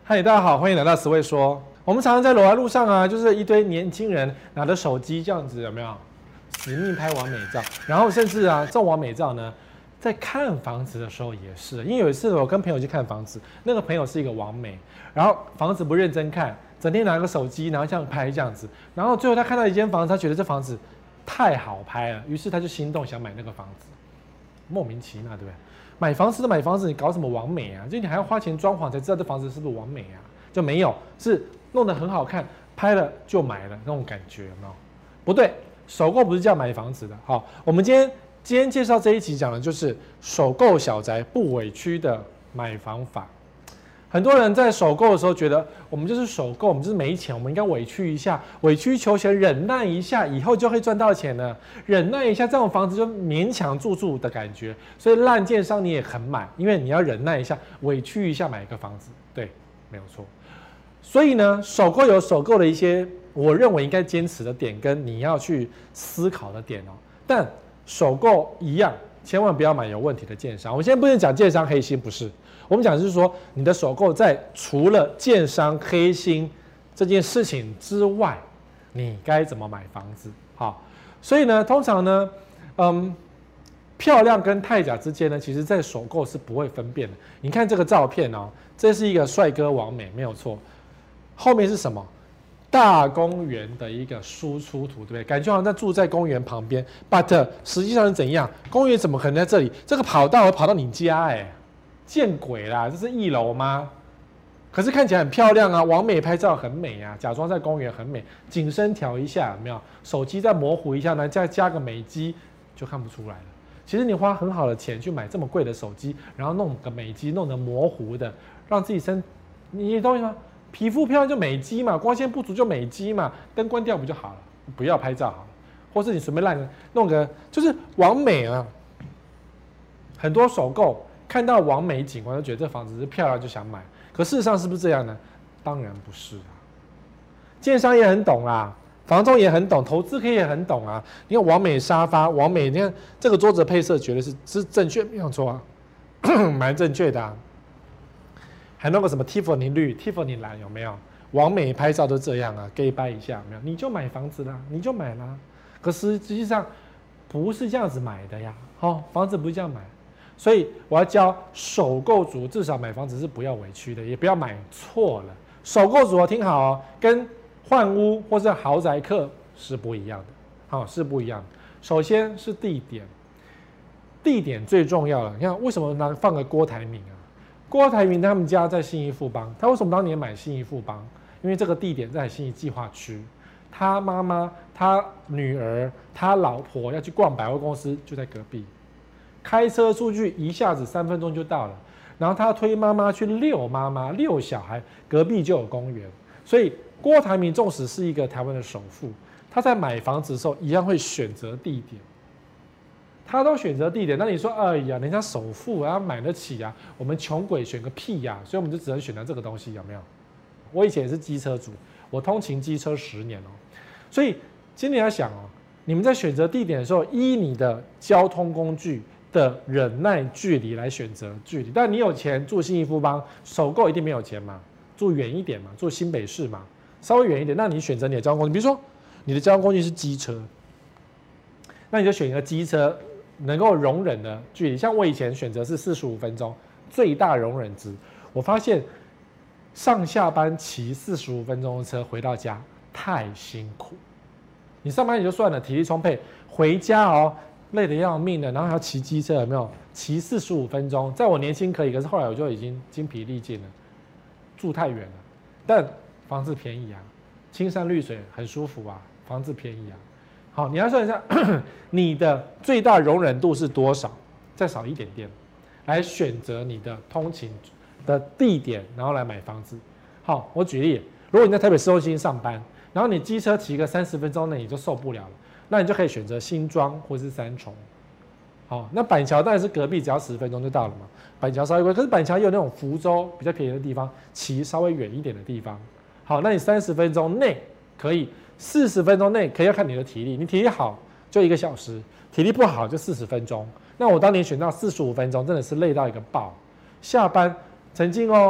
嗨，大家好，欢迎来到词汇说。我们常常在走在路上啊，就是一堆年轻人拿着手机这样子，有没有？死命拍完美照，然后甚至啊，这种完美照呢，在看房子的时候也是。因为有一次我跟朋友去看房子，那个朋友是一个网美，然后房子不认真看，整天拿个手机，然后这样拍这样子，然后最后他看到一间房子，他觉得这房子太好拍了，于是他就心动想买那个房子，莫名其妙，对不对？买房子的买房子，你搞什么网美啊？就你还要花钱装潢才知道这房子是不是网美啊？就没有，是弄得很好看，拍了就买了那种感觉，有没有？不对，首购不是这样买房子的。好，我们今天介绍这一集讲的就是首购小宅不委屈的买房法。很多人在首购的时候觉得，我们就是首购，我们就是没钱，我们应该委屈一下，委曲求全，忍耐一下，以后就会赚到钱了。忍耐一下，这种房子就勉强住的感觉。所以烂建商你也很买，因为你要忍耐一下，委屈一下买一个房子，对，没有错。所以呢，首购有首购的一些我认为应该坚持的点，跟你要去思考的点哦。但首购一样，千万不要买有问题的建商。我们现在不是讲建商黑心，不是。我们讲的是说，你的首购在除了建商黑心这件事情之外，你该怎么买房子？好，所以呢，通常呢，漂亮跟太假之间呢，其实在首购是不会分辨的。你看这个照片哦，这是一个帅哥网美，没有错。后面是什么？大公园的一个输出图，对不对？感觉好像在住在公园旁边 ，but 实际上是怎样？公园怎么可能在这里？这个跑道会跑到你家，见鬼啦！这是1楼吗？可是看起来很漂亮啊，网美拍照很美啊，假装在公园很美，景深调一下有没有？手机再模糊一下呢，再加个美肌就看不出来了。其实你花很好的钱去买这么贵的手机，然后弄个美肌，弄得模糊的，让自己你懂吗？皮肤漂亮就美肌嘛，光线不足就美肌嘛，灯关掉不就好了？不要拍照好了，或是你随便弄个，就是网美啊，很多首购。看到网美景观就觉得这房子是漂亮就想买，可事实上是不是这样呢？当然不是啊。建商也很懂啦，房仲也很懂，投资客也很懂啊。你看网美沙发，网美你看这个桌子的配色，绝对是正确，没有错啊，蛮正确的啊。还弄个什么 Tiffany 绿、Tiffany 蓝，有没有？网美拍照都这样啊，给掰一下，有没有？你就买房子啦，你就买啦。可实际上不是这样子买的呀，房子不是这样买。所以我要教首购族，至少买房子是不要委屈的，也不要买错了。首购族听好哦，跟换屋或是豪宅客是不一样的，是不一样的。首先是地点，地点最重要了。你看为什么放个郭台铭啊？郭台铭他们家在信义富邦，他为什么当年买信义富邦？因为这个地点在信义计划区，他妈妈、他女儿、他老婆要去逛百货公司，就在隔壁。开车出去一下子3分钟就到了，然后他推妈妈去遛妈妈、遛小孩，隔壁就有公园。所以郭台铭纵使是一个台湾的首富，他在买房子的时候一样会选择地点。他都选择地点，那你说，哎呀，人家首富啊买得起啊，我们穷鬼选个屁呀！所以我们就只能选择这个东西，有没有？我以前也是机车族，我通勤机车10年哦，所以今天要想哦，你们在选择地点的时候，依你的交通工具的忍耐距离来选择距离。但你有钱住信义富邦，首购一定没有钱嘛，住远一点嘛，住新北市嘛，稍微远一点，那你选择你的交通工具，比如说你的交通工具是机车，那你就选一个机车能够容忍的距离。像我以前选择是45分钟，最大容忍值。我发现上下班骑45分钟的车回到家太辛苦，你上班也就算了，体力充沛，回家哦。累得要命的，然后还要骑机车，有没有？骑45分钟，在我年轻可以，可是后来我就已经精疲力尽了，住太远了。但房子便宜啊，青山绿水很舒服啊，房子便宜啊。好，你要算一下你的最大容忍度是多少，再少一点点，来选择你的通勤的地点，然后来买房子。好，我举例，如果你在台北市中心上班，然后你机车骑个30分钟内你就受不了了。那你就可以选择新庄或是三重。好，那板桥当然是隔壁，只要10分钟就到了嘛。板桥稍微贵，可是板桥也有那种福州比较便宜的地方，骑稍微远一点的地方。好，那你30分钟内可以，40分钟内可以，要看你的体力。你体力好就1个小时，体力不好就40分钟。那我当年选到45分钟，真的是累到一个爆。下班曾经哦，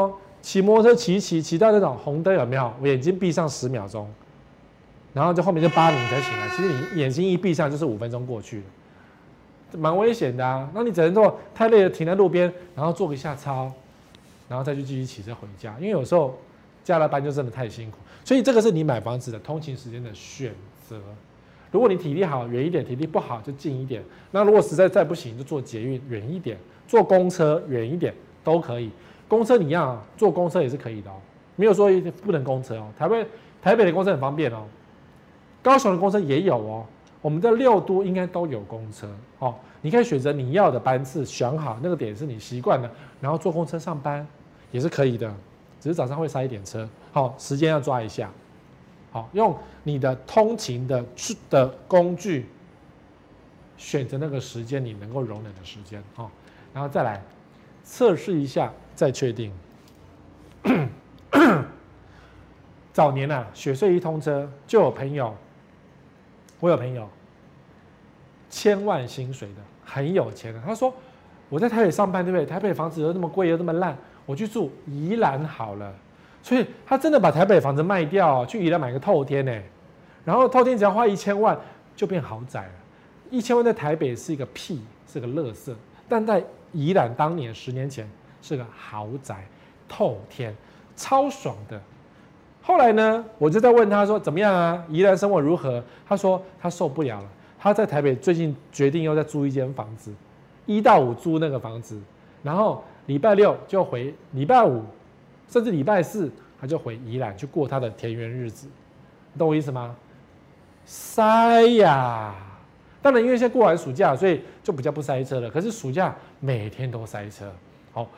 骑摩托车骑到那种红灯有没有？我眼睛闭上10秒钟，然后就后面就8你才醒来。其实你眼睛一闭上就是5分钟过去了，蛮危险的啊。那你只能说太累了停在路边，然后做一下操，然后再去继续骑车回家。因为有时候加了班就真的太辛苦，所以这个是你买房子的通勤时间的选择。如果你体力好远一点，体力不好就近一点。那如果实在再不行，就坐捷运远一点，坐公车远一点都可以。公车你要坐公车也是可以的哦，没有说不能公车哦。台北的公车很方便哦，高雄的公车也有哦。我们在6都应该都有公车哦。你可以选择你要的班次，选好那个点是你习惯的，然后坐公车上班也是可以的，只是早上会塞一点车。好，时间要抓一下。好，用你的通勤的工具选择那个时间你能够容忍的时间，然后再来测试一下，再确定。早年啊，雪隧一通车，就有朋友，我有朋友，1000万薪水的，很有钱的。他说：“我在台北上班，对不对？台北房子又那么贵，又那么烂，我去住宜兰好了。”所以他真的把台北房子卖掉，去宜兰买个透天呢，然后透天只要花1000万就变豪宅了。1000万在台北是一个屁，是个垃圾，但在宜兰当年10年前是个豪宅，透天，超爽的。后来呢，我就在问他说怎么样啊？宜兰生活如何？他说他受不了了，他在台北最近决定又再租一间房子，1到5租那个房子，然后礼拜6就回，礼拜5甚至礼拜4他就回宜兰去过他的田园日子，你懂我意思吗？塞呀！当然因为现在过完暑假，所以就比较不塞车了。可是暑假每天都塞车，好，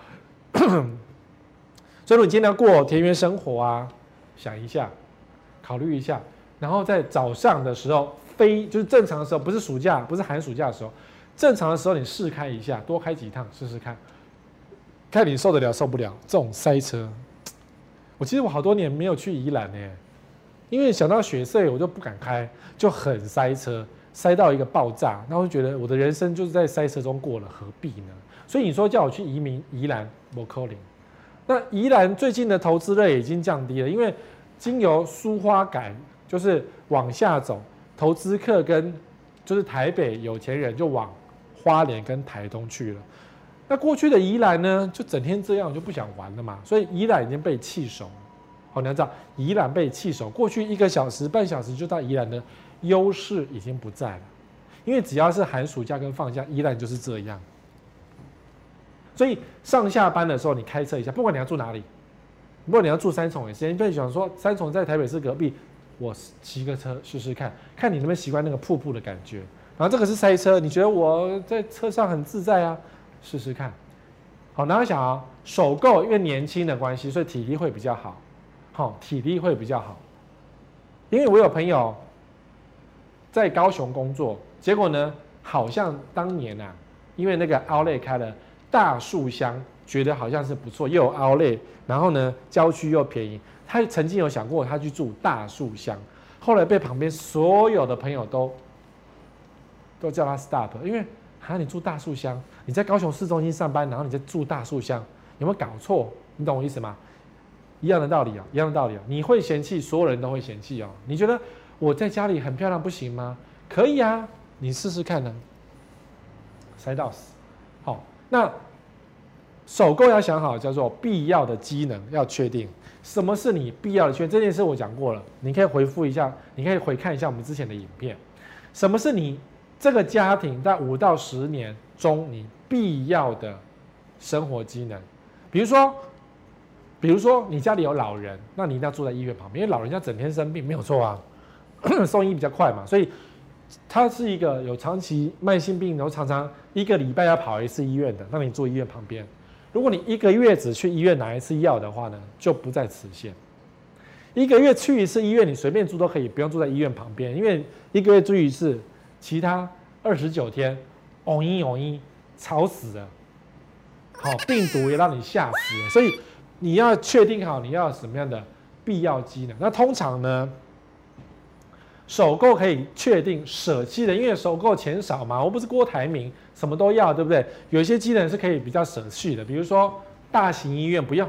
所以如果你今天要过田园生活啊，想一下，考虑一下，然后在早上的时候就是正常的时候，不是暑假，不是寒暑假的时候，正常的时候你试开一下，多开几趟试试看，看你受得了受不了这种塞车。其实我好多年没有去宜兰呢，因为想到雪隧我就不敢开，就很塞车，塞到一个爆炸，那我就觉得我的人生就是在塞车中过了，何必呢？所以你说叫我去移民宜兰，不可能。那宜兰最近的投资热已经降低了，因为经由苏花改，就是往下走，投资客跟就是台北有钱人就往花莲跟台东去了。那过去的宜兰呢，就整天这样，就不想玩了嘛，所以宜兰已经被弃守。好，你要知道，宜兰被弃守，过去1个小时、半小时就到宜兰的优势已经不在了，因为只要是寒暑假跟放假，宜兰就是这样。所以上下班的时候，你开车一下，不管你要住哪里，不管你要住三重也是，你不要想说三重在台北市隔壁，我骑个车试试看，看你能不能习惯那个瀑布的感觉。然后这个是塞车，你觉得我在车上很自在啊？试试看。好，然后想啊，首购因为年轻的关系，所以体力会比较好。好，体力会比较好。因为我有朋友在高雄工作，结果呢，好像当年啊，因为那个 Outlet 开了大树乡，觉得好像是不错，又有 Outlet， 然后呢，郊区又便宜。他曾经有想过他去住大树乡，后来被旁边所有的朋友都叫他 stop， 因为你住大树乡，你在高雄市中心上班，然后你在住大树乡，有没有搞错？你懂我意思吗？一样的道理啊，一样的道理啊。你会嫌弃，所有人都会嫌弃哦。你觉得我在家里很漂亮不行吗？可以啊，你试试看呢。塞到死。好，那首购要想好，叫做必要的机能要确定。什么是你必要的缺？这件事我讲过了，你可以回复一下，你可以回看一下我们之前的影片。什么是你这个家庭在5到10年中你必要的生活机能？比如说你家里有老人，那你一定要住在医院旁边，因为老人家整天生病没有错啊，送医比较快嘛，所以他是一个有长期慢性病，然后常常1个礼拜要跑1次医院的，那你住医院旁边。如果你1个月只去医院拿1次药的话呢，就不在此限。1个月去1次医院，你随便住都可以，不用住在医院旁边，因为1个月住1次，其他29天，嗡一吵死了，好，病毒也让你吓死了，所以你要确定好你要什么样的必要机能。那通常呢，首购可以确定舍弃的，因为首购钱少嘛，我不是郭台铭，什么都要，对不对？有一些机能是可以比较舍弃的，比如说大型医院不用，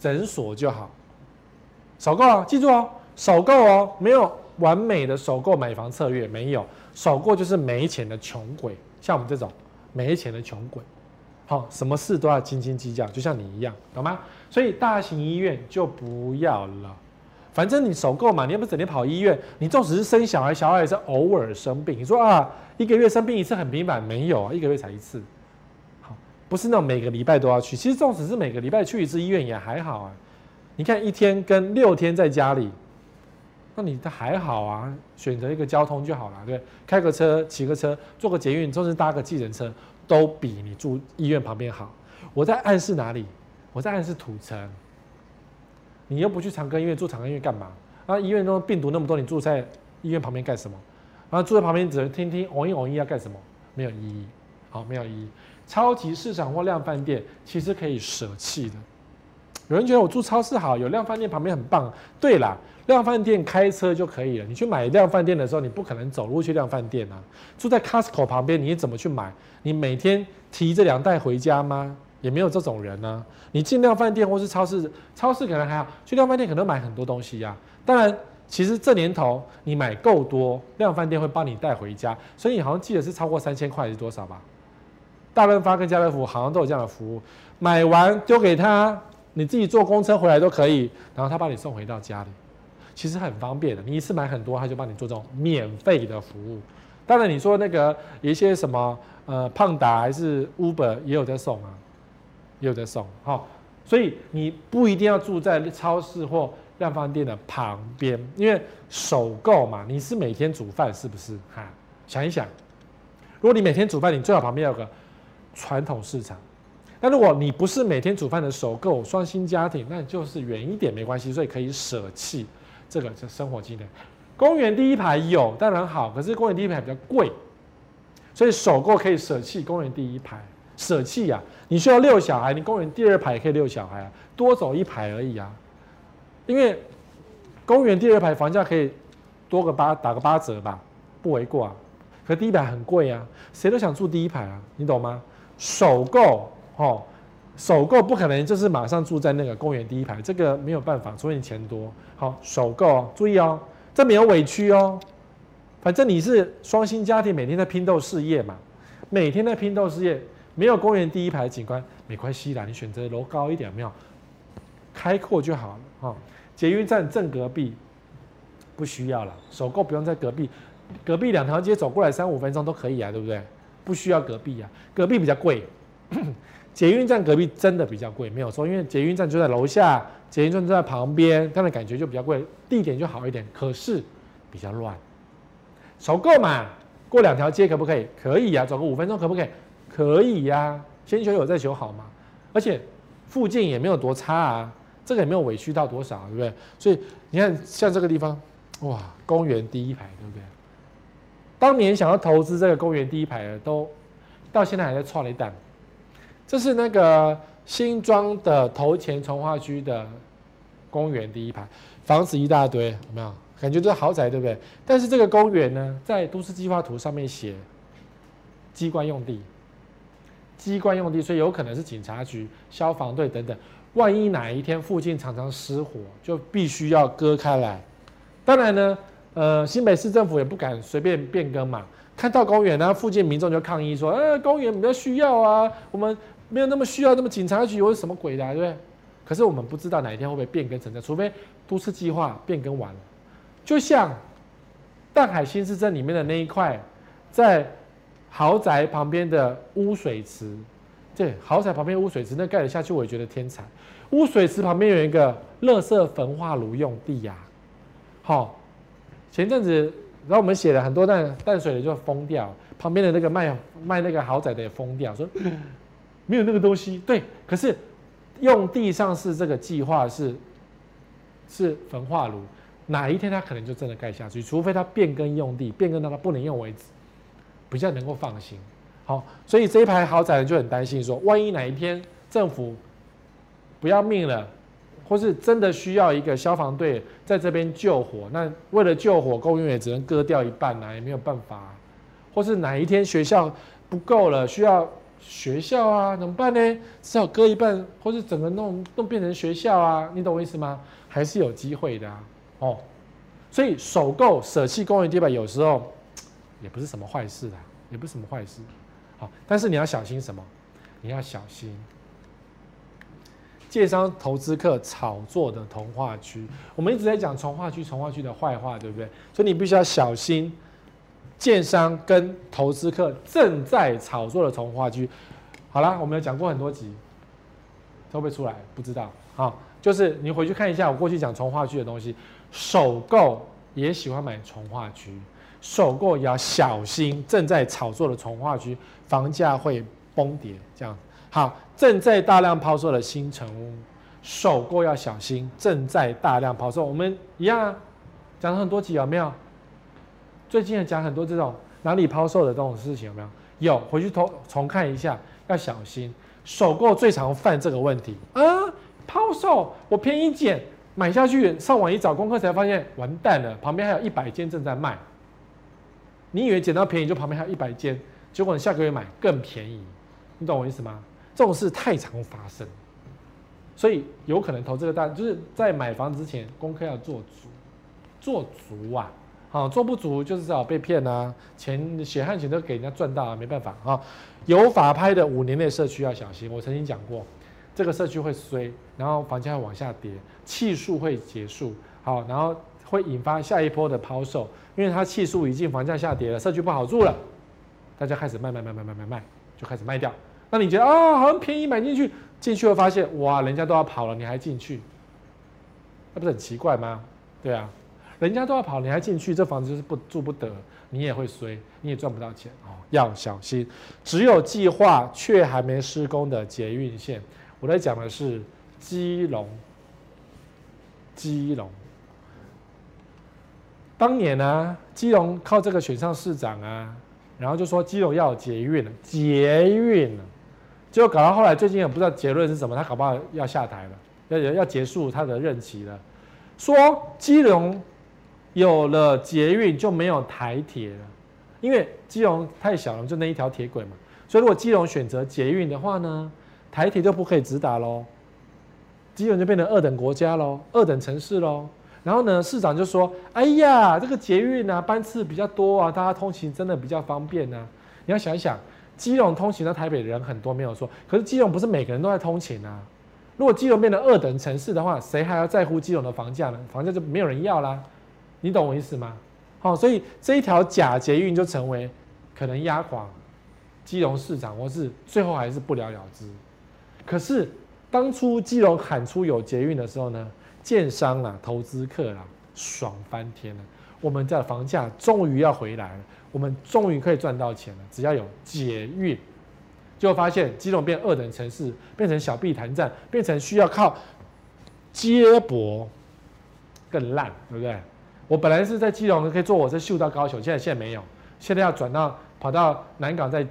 诊所就好。首购啊，记住哦，首购哦，没有完美的首购买房策略，没有。首购就是没钱的穷鬼，像我们这种没钱的穷鬼，好，什么事都要斤斤计较，就像你一样，懂吗？所以大型医院就不要了。反正你首购嘛，你又不整天跑医院，你纵使是生小孩，小孩也是偶尔生病。你说啊，一个月生病一次很频繁，没有啊，一个月才一次。好，不是那种每个礼拜都要去。其实纵使是每个礼拜去一次医院也还好啊。你看1天跟6天在家里，那你的还好啊，选择一个交通就好了，对，开个车、骑个车、坐个捷运，甚至搭个计程车，都比你住医院旁边好。我在暗示哪里？我在暗示土城。你又不去长庚医院，住长庚医院干嘛？啊，医院中病毒那么多，你住在医院旁边干什么？然后住在旁边只能听听哦一要干什么？没有意义。好，没有意义。超级市场或量贩店其实可以舍弃的。有人觉得我住超市好，有量贩店旁边很棒。对啦，量贩店开车就可以了。你去买量贩店的时候，你不可能走路去量贩店啊。住在 Costco 旁边，你怎么去买？你每天提这2袋回家吗？也没有这种人啊。你进量贩店或是超市，超市可能还好，去量贩店可能买很多东西啊。当然，其实这年头你买够多，量贩店会帮你带回家，所以你好像记得是超过3000块还是多少吧？大润发跟家乐福好像都有这样的服务，买完丢给他，你自己坐公车回来都可以，然后他帮你送回到家里，其实很方便的。你一次买很多，他就帮你做这种免费的服务。当然，你说那个有一些什么胖达还是 Uber 也有在送啊，也有在送。好，所以你不一定要住在超市或量贩店的旁边，因为首购嘛，你是每天煮饭是不是？哈，想一想，如果你每天煮饭，你最好旁边有个传统市场。那如果你不是每天煮饭的首购双薪家庭，那就是远一点没关系，所以可以舍弃这个生活机能。公园第一排有当然好，可是公园第一排比较贵，所以首购可以舍弃公园第一排。舍弃啊，你需要6小孩，你公园第2排也可以6小孩啊，多走1排而已啊。因为公园第2排房价可以打个8折吧，不为过啊。可第1排很贵啊，谁都想住第1排啊，你懂吗？首购首购不可能就是马上住在那个公园第1排，这个没有办法，除非你钱多。好，首购注意哦，这没有委屈哦，反正你是双薪家庭，每天在拼斗事业嘛，每天在拼斗事业，没有公园第1排的景观没关系啦，你选择楼高一点，没有开阔就好了哈。捷运站正隔壁不需要了，首购不用在隔壁，隔壁2条街走过来3-5分钟都可以啊，对不对？不需要隔壁啊，隔壁比较贵。捷运站隔壁真的比较贵，没有错，因为捷运站就在楼下，捷运站就在旁边，当然感觉就比较贵，地点就好一点，可是比较乱。首购嘛，过2条街可不可以？可以啊，走个5分钟可不可以？可以呀、啊，先求有再求好嘛。而且附近也没有多差啊，这个也没有委屈到多少，对不对？所以你看，像这个地方，哇，公园第1排，对不对？当年想要投资这个公园第1排的，都到现在还在创了一弹。这是那个新庄的头前从化区的公园第1排，房子一大堆，有没有？感觉都是豪宅，对不对？但是这个公园呢，在都市计划图上面写机关用地，机关用地，所以有可能是警察局、消防队等等。万一哪一天附近常常失火，就必须要割开来。当然呢，新北市政府也不敢随便变更嘛。看到公园，然后附近民众就抗议说：“公园比较需要啊，我们没有那么需要，那么警察局或者什么鬼的、啊，对不对？”可是我们不知道哪一天会不会变更成这样，除非都市计划变更完了。就像淡海新市镇里面的那一块，在豪宅旁边的污水池，对，豪宅旁边污水池那盖得下去，我也觉得天才。污水池旁边有一个垃圾焚化炉用地呀、啊，好，前阵子。然后我们写了很多淡水的就封掉，旁边的那个卖那个豪宅的也封掉，说没有那个东西。对，可是用地上是这个计划是焚化炉，哪一天它可能就真的盖下去，除非它变更用地，变更到它不能用为止，比较能够放心。好，所以这一排豪宅人就很担心说，万一哪一天政府不要命了。或是真的需要一个消防队在这边救火，那为了救火，公园也只能割掉一半啊，也没有办法、啊。或是哪一天学校不够了，需要学校啊，怎么办呢？只好割一半，或是整个弄变成学校啊，你懂我意思吗？还是有机会的啊，哦。所以首购舍弃公园地板，有时候也不是什么坏事啦，也不是什么坏事。好，但是你要小心什么？你要小心建商投资客炒作的从化区。我们一直在讲从化区的坏话，对不对？所以你必须要小心建商跟投资客正在炒作的从化区。好啦，我们有讲过很多集，会不会出来？不知道。好，就是你回去看一下我过去讲从化区的东西。首购也喜欢买从化区，首购也要小心正在炒作的从化区，房价会崩跌这样。好，正在大量抛售的新成屋，首购要小心正在大量抛售。我们一样啊，讲了很多集有没有？最近也讲很多这种哪里抛售的这种事情有没有？有，回去重看一下，要小心。首购最常犯这个问题啊，抛售我便宜捡。买下去，上网一找功课才发现完蛋了，旁边还有100间正在卖。你以为捡到便宜，就旁边还有100间，结果你下个月买更便宜，你懂我意思吗？这种事太常发生，所以有可能投这个单，就是在买房之前功课要做足啊，好做不足就是只好被骗啊，钱血汗钱都给人家赚到啊，没办法啊。有法拍的5年内社区要小心，我曾经讲过。这个社区会衰，然后房价会往下跌，气数会结束，好，然后会引发下一波的抛售，因为它气数已经房价下跌了，社区不好住了，大家开始卖，就开始卖掉。那你觉得啊，好像便宜买进去，进去会发现哇，人家都要跑了，你还进去，那不是很奇怪吗？对啊，人家都要跑，你还进去，这房子就是住不得，你也会衰，你也赚不到钱哦，要小心。只有计划却还没施工的捷运线。我在讲的是基隆。当年呢，基隆靠这个选上市长啊，然后就说基隆要有捷运了，结果搞到后来，最近也不知道结论是什么，他搞不好要下台了，要结束他的任期了。说基隆有了捷运就没有台铁了，因为基隆太小了，就那一条铁轨嘛，所以如果基隆选择捷运的话呢？台铁就不可以直达喽，基隆就变成2等国家喽，2等城市喽。然后呢，市长就说：“哎呀，这个捷运啊，班次比较多啊，大家通勤真的比较方便啊。”你要想一想，基隆通勤到台北的人很多没有错，可是基隆不是每个人都在通勤啊。如果基隆变成2等城市的话，谁还要在乎基隆的房价呢？房价就没有人要啦，你懂我意思吗？好，所以这一条假捷运就成为可能压垮基隆市长，或是最后还是不了了之。可是当初基隆喊出有捷运的时候呢，建商啊、投资客啊爽翻天了。我们的房价终于要回来了，我们终于可以赚到钱了。只要有捷运，就发现基隆变2等城市，变成小碧潭站，变成需要靠接驳，更烂，对不对？我本来是在基隆可以坐火车秀到高雄，现在没有，现在要跑到南港，在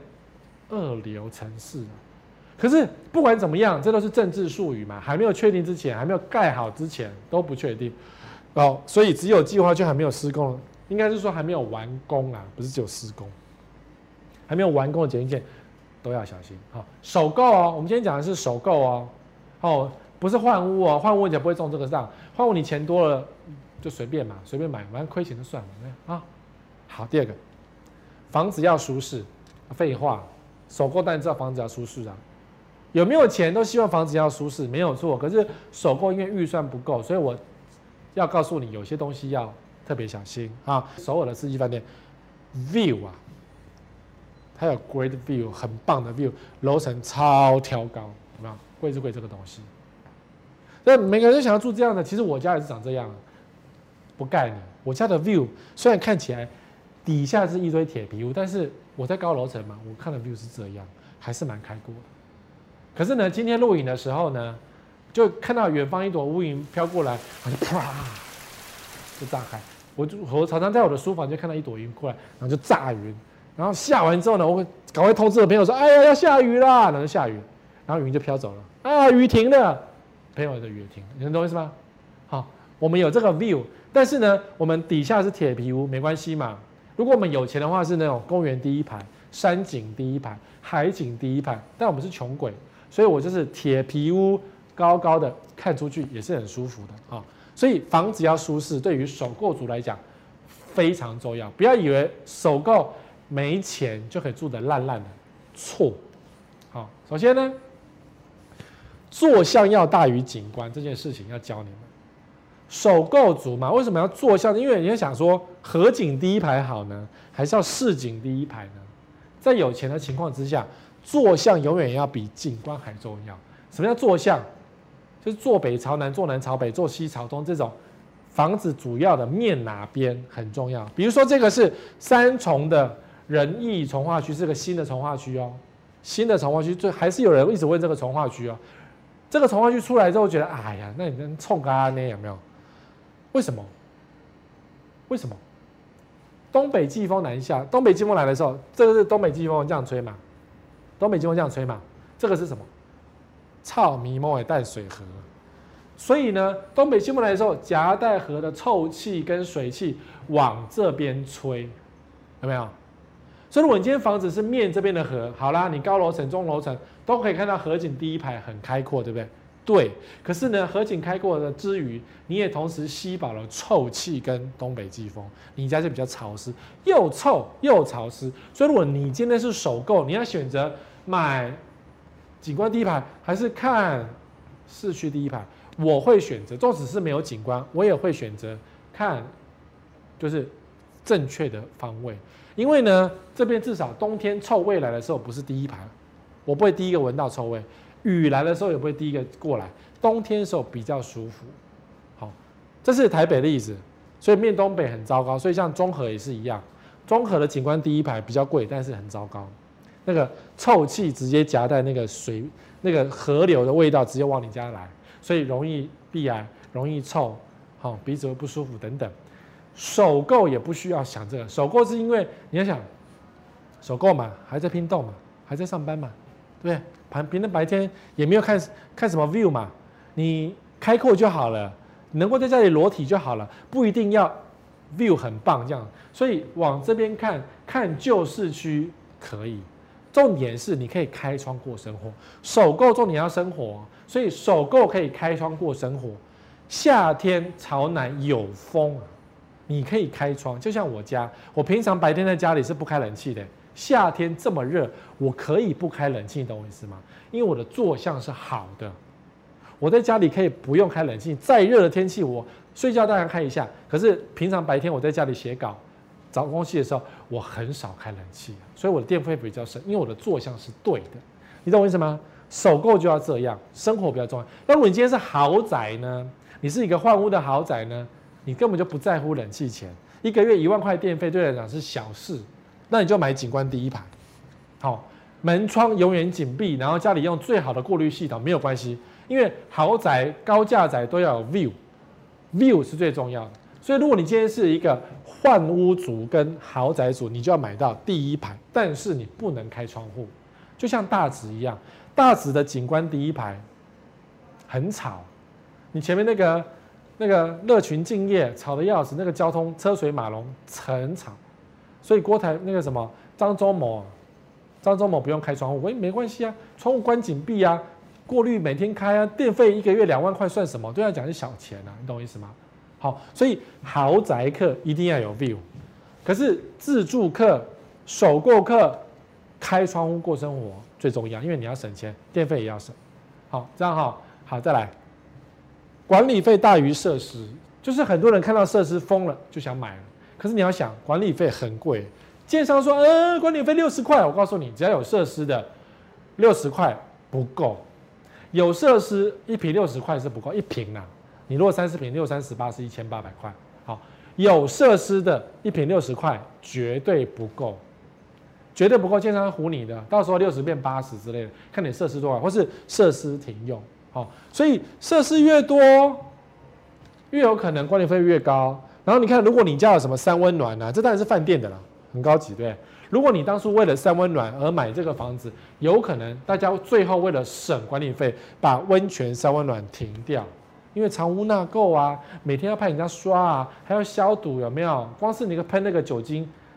2流城市了。可是不管怎么样，这都是政治术语嘛，还没有确定之前，还没有盖好之前都不确定哦，所以只有计划就还没有施工，应该是说还没有完工啊，不是只有施工，还没有完工的捷运线都要小心。好，首购哦，我们今天讲的是首购哦，哦，不是换屋哦，换屋你才不会中这个当，换屋你钱多了就随便嘛，随便买，反正亏钱就算了啊。好，第二个，房子要舒适，废话，首购当然知道房子要舒适啊。有没有钱都希望房子要舒适，没有错。可是首购因为预算不够，所以我要告诉你，有些东西要特别小心啊。首尔的四季饭店 view 啊，它有 great view， 很棒的 view， 楼层超挑高，有没有？贵是贵这个东西。那每个人都想要住这样的，其实我家也是长这样，不盖你。我家的 view 虽然看起来底下是一堆铁皮屋，但是我在高楼层嘛，我看的 view 是这样，还是蛮开阔的。可是呢，今天录影的时候呢，就看到远方一朵乌云飘过来，我就啪就炸开。我常常在我的书房就看到一朵云过来，然后就炸云，然后下完之后呢，我赶快通知我朋友说：“哎呀，要下雨啦！”然后就下雨，然后云就飘走了。啊，雨停了，朋友的雨也停了，你懂我意思吗？好，我们有这个 view， 但是呢，我们底下是铁皮屋，没关系嘛。如果我们有钱的话，是那种公园第一排， 山景第一排，海景第一排，但我们是穷鬼，所以我就是铁皮屋，高高的看出去也是很舒服的啊。所以房子要舒适，对于首购族来讲非常重要。不要以为首购没钱就可以住得烂烂的，错。好，首先呢，坐向要大于景观这件事情要教你们。首购族嘛，为什么要坐向？因为你会想说，河景第一排好呢，还是要市景第一排呢？在有钱的情况之下，坐向永远要比景观还重要。什么叫坐向？就是坐北朝南、坐南朝北、坐西朝东这种房子主要的面哪边很重要。比如说这个是三重的仁义重划区，是个新的重划区哦。新的重划区，还是有人一直问这个重划区哦。这个重划区出来之后，觉得哎呀，那你跟冲咖呢有没有？为什么？为什么？东北季风南下，东北季风来的时候，这个是东北季风这样吹嘛？东北季风这样吹嘛？这个是什么？臭迷蒙的淡水河，所以呢，东北季风来的时候，夹带河的臭气跟水气往这边吹，有没有？所以如果你今天房子是面这边的河，好啦，你高楼层、中楼层都可以看到河景第一排很开阔，对不对？对。可是呢，河景开阔的之余，你也同时吸饱了臭气跟东北季风，你家就比较潮湿，又臭又潮湿。所以如果你今天是首购，你要选择买景观第一排还是看市区第一排？我会选择，纵使是没有景观，我也会选择看就是正确的方位。因为呢，这边至少冬天臭味来的时候不是第一排，我不会第一个闻到臭味；雨来的时候也不会第一个过来。冬天的时候比较舒服。好，这是台北例子，所以面东北很糟糕。所以像中和也是一样，中和的景观第一排比较贵，但是很糟糕。那个臭气直接夹带那个水、那个河流的味道，直接往你家来，所以容易鼻癌、容易臭，好，鼻子会不舒服等等。首购也不需要想这个，首购是因为你要想，首购嘛，还在拼斗嘛，还在上班嘛，对不对？平常白天也没有看什么 view 嘛，你开阔就好了，能够在家里裸体就好了，不一定要 view 很棒这样。所以往这边看看旧市区可以。重点是你可以开窗过生活，首购重点要生活，所以首购可以开窗过生活。夏天朝南有风，你可以开窗，就像我家，我平常白天在家里是不开冷气的，夏天这么热，我可以不开冷气，你懂我意思吗？因为我的坐向是好的，我在家里可以不用开冷气，再热的天气我睡觉当然开一下，可是平常白天我在家里写稿。找东西的时候，我很少开冷气，所以我的电费比较省，因为我的坐向是对的，你懂我意思吗？首购就要这样，生活比较重要。那如果你今天是豪宅呢？你是一个换屋的豪宅呢？你根本就不在乎冷气钱，一个月1万块电费对你来讲是小事，那你就买景观第一排，好，门窗永远紧闭，然后家里用最好的过滤系统没有关系，因为豪宅、高价宅都要有 view 是最重要的。所以如果你今天是一个换屋族跟豪宅族，你就要买到第一排，但是你不能开窗户，就像大直一样，大直的景观第一排很吵，你前面那个乐群竞业吵得要死，那个交通车水马龙很吵，所以郭台那个什么张忠谋不用开窗户，没关系啊，窗户关紧闭啊，过滤每天开啊，电费1个月2万块算什么？对他讲是小钱啊，你懂我意思吗？好，所以豪宅客一定要有 view， 可是自住客、首购客开窗户过生活最重要，因为你要省钱，电费也要省。好，这样好，再来，管理费大于设施，就是很多人看到设施疯了就想买了，可是你要想管理费很贵，建商说管理费60块，我告诉你，只要有设施的60块不够，有设施1坪60块是不够，1坪啦。你如果30坪，6、3、18是1800块。好，有设施的1坪60块绝对不够，绝对不够，建商唬你的，到时候60变80之类的，看你设施多少，或是设施停用。好，所以设施越多，越有可能管理费越高。然后你看，如果你家有什么3温暖啊，这当然是饭店的啦，很高级，对不对？如果你当初为了3温暖而买这个房子，有可能大家最后为了省管理费，把温泉3温暖停掉。因为藏污纳垢啊，每天要派人家刷啊，还要消毒，有没有？光是你喷那个酒精，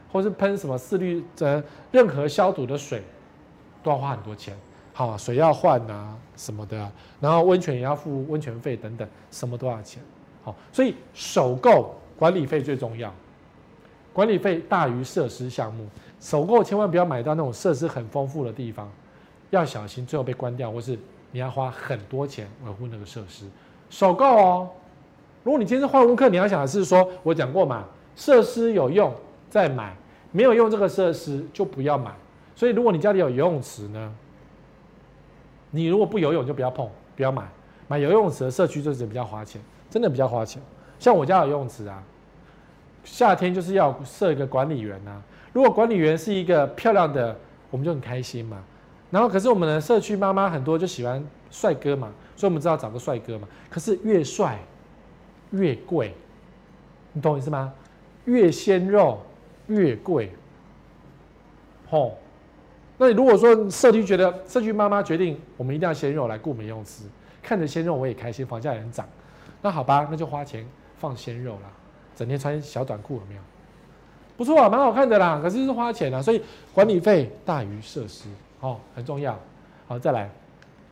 或是喷什么任何消毒的水，都要花很多钱。好，水要换啊什么的，然后温泉也要付温泉费等等，什么都要钱。好，所以首购管理费最重要，管理费大于设施项目。首购千万不要买到那种设施很丰富的地方，要小心最后被关掉，或是你要花很多钱维护那个设施。首购哦，如果你今天是换屋客，你要想的是说，我讲过嘛，设施有用再买，没有用这个设施就不要买。所以如果你家里有游泳池呢，你如果不游泳就不要碰，不要买。买游泳池的社区就是比较花钱，真的比较花钱。像我家有游泳池啊，夏天就是要设一个管理员啊。如果管理员是一个漂亮的，我们就很开心嘛。然后可是我们的社区妈妈很多就喜欢帅哥嘛，所以我们知道找个帅哥嘛。可是越帅越贵，你懂我意思吗？越鲜肉越贵，吼。那你如果说社区妈妈决定我们一定要鲜肉来顾我们游泳池，看着鲜肉我也开心，房价也很涨，那好吧，那就花钱放鲜肉啦，整天穿小短裤有没有？不错啊，蛮好看的啦，可是是花钱啊，所以管理费大于设施，很重要。好，再来，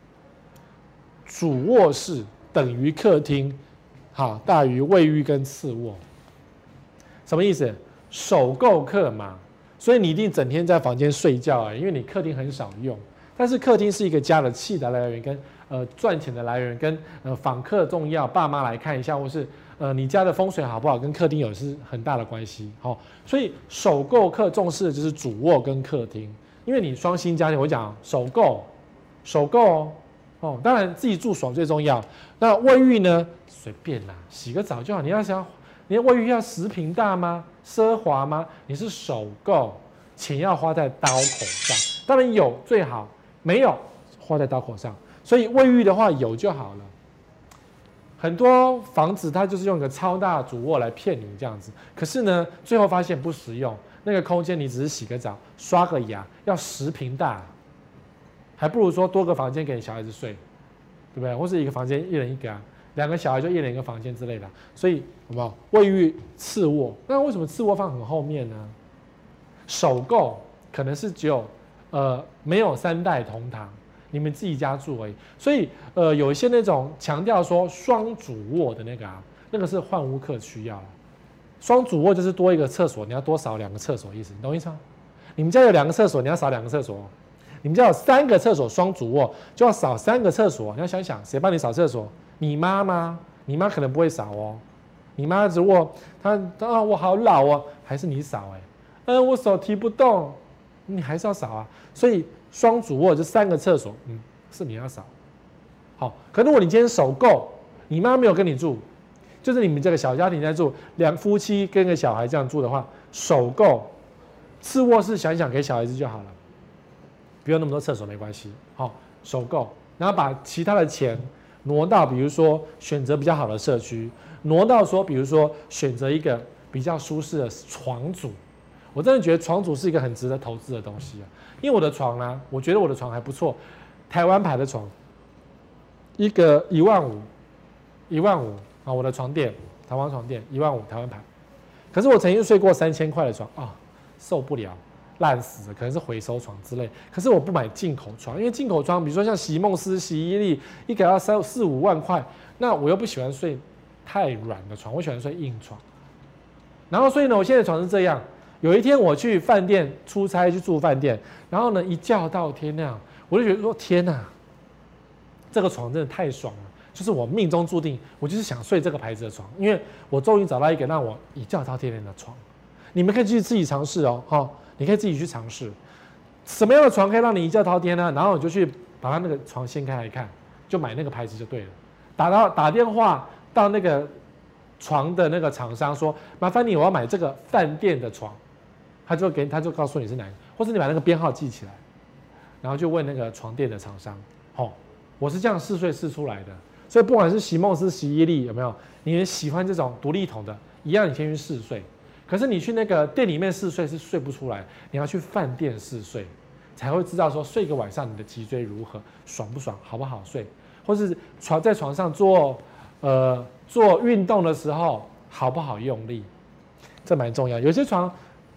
主卧室等于客厅，好，大于卫浴跟次卧，什么意思？首购客嘛，所以你一定整天在房间睡觉啊，因为你客厅很少用。但是客厅是一个家的气的来源，跟赚钱的来源，跟访客重要，爸妈来看一下，或是你家的风水好不好，跟客厅有是很大的关系。所以首购客重视的就是主卧跟客厅，因为你双薪家庭，我讲首购哦，当然自己住爽最重要。那卫浴呢，随便啦，洗个澡就好。你的卫浴要10坪大吗？奢华吗？你是首购，钱要花在刀口上。当然有最好，没有花在刀口上。所以卫浴的话有就好了。很多房子它就是用一个超大的主卧来骗你这样子，可是呢，最后发现不实用。那个空间你只是洗个澡、刷个牙，要10坪大，还不如说多个房间给你小孩子睡，对不对？或是一个房间一人一个啊。2个小孩就一人一个房间之类的，所以有没有卫浴次卧？那为什么次卧放很后面呢？首购可能是只有没有3代同堂，你们自己家住而已。所以有一些那种强调说双主卧的那个是换屋客需要了。双主卧就是多一个厕所，你要多扫2个厕所意思，你懂意思吗？你们家有2个厕所，你要扫2个厕所。你们家有3个厕所，双主卧就要扫3个厕所。你要想想，谁帮你扫厕所？你妈吗？你妈可能不会扫哦。你妈如果她我好老哦，还是你扫我手提不动，你还是要扫啊。所以双主卧就3个厕所，是你要扫。好，可如果你今天首购，你妈没有跟你住，就是你们这个小家庭在住，2夫妻跟个小孩这样住的话，首购次卧室想想给小孩子就好了，不用那么多厕所没关系。好，首购，然后把其他的钱挪到比如说选择比较好的社区，挪到说比如说选择一个比较舒适的床组。我真的觉得床组是一个很值得投资的东西啊，因为我的床呢，我觉得我的床还不错，台湾牌的床，一个15000啊，我的床垫，台湾床垫15000台湾牌，可是我曾经睡过3000块的床啊，受不了。烂死了，可能是回收床之类。可是我不买进口床，因为进口床，比如说像席梦思、洗衣粒，一个要4-5万块，那我又不喜欢睡太软的床，我喜欢睡硬床。然后所以呢，我现在的床是这样。有一天我去饭店出差去住饭店，然后呢一觉到天亮，我就觉得说天哪，这个床真的太爽了，就是我命中注定，我就是想睡这个牌子的床，因为我终于找到一个让我一觉到天亮的床。你们可以去自己尝试哦，你可以自己去尝试，什么样的床可以让你一觉到天呢？然后你就去把它那个床掀开来看，就买那个牌子就对了。打电话到那个床的那个厂商说，麻烦你我要买这个饭店的床，他就告诉你是哪个，或是你把那个编号记起来，然后就问那个床垫的厂商。我是这样试睡试出来的，所以不管是席梦思、洗衣粒有没有，你喜欢这种独立筒的，一样你先去试睡。可是你去那个店里面试睡是睡不出来，你要去饭店试睡，才会知道说睡个晚上你的脊椎如何，爽不爽，好不好睡，或是在床上做运动的时候好不好用力，这蛮重要。有些床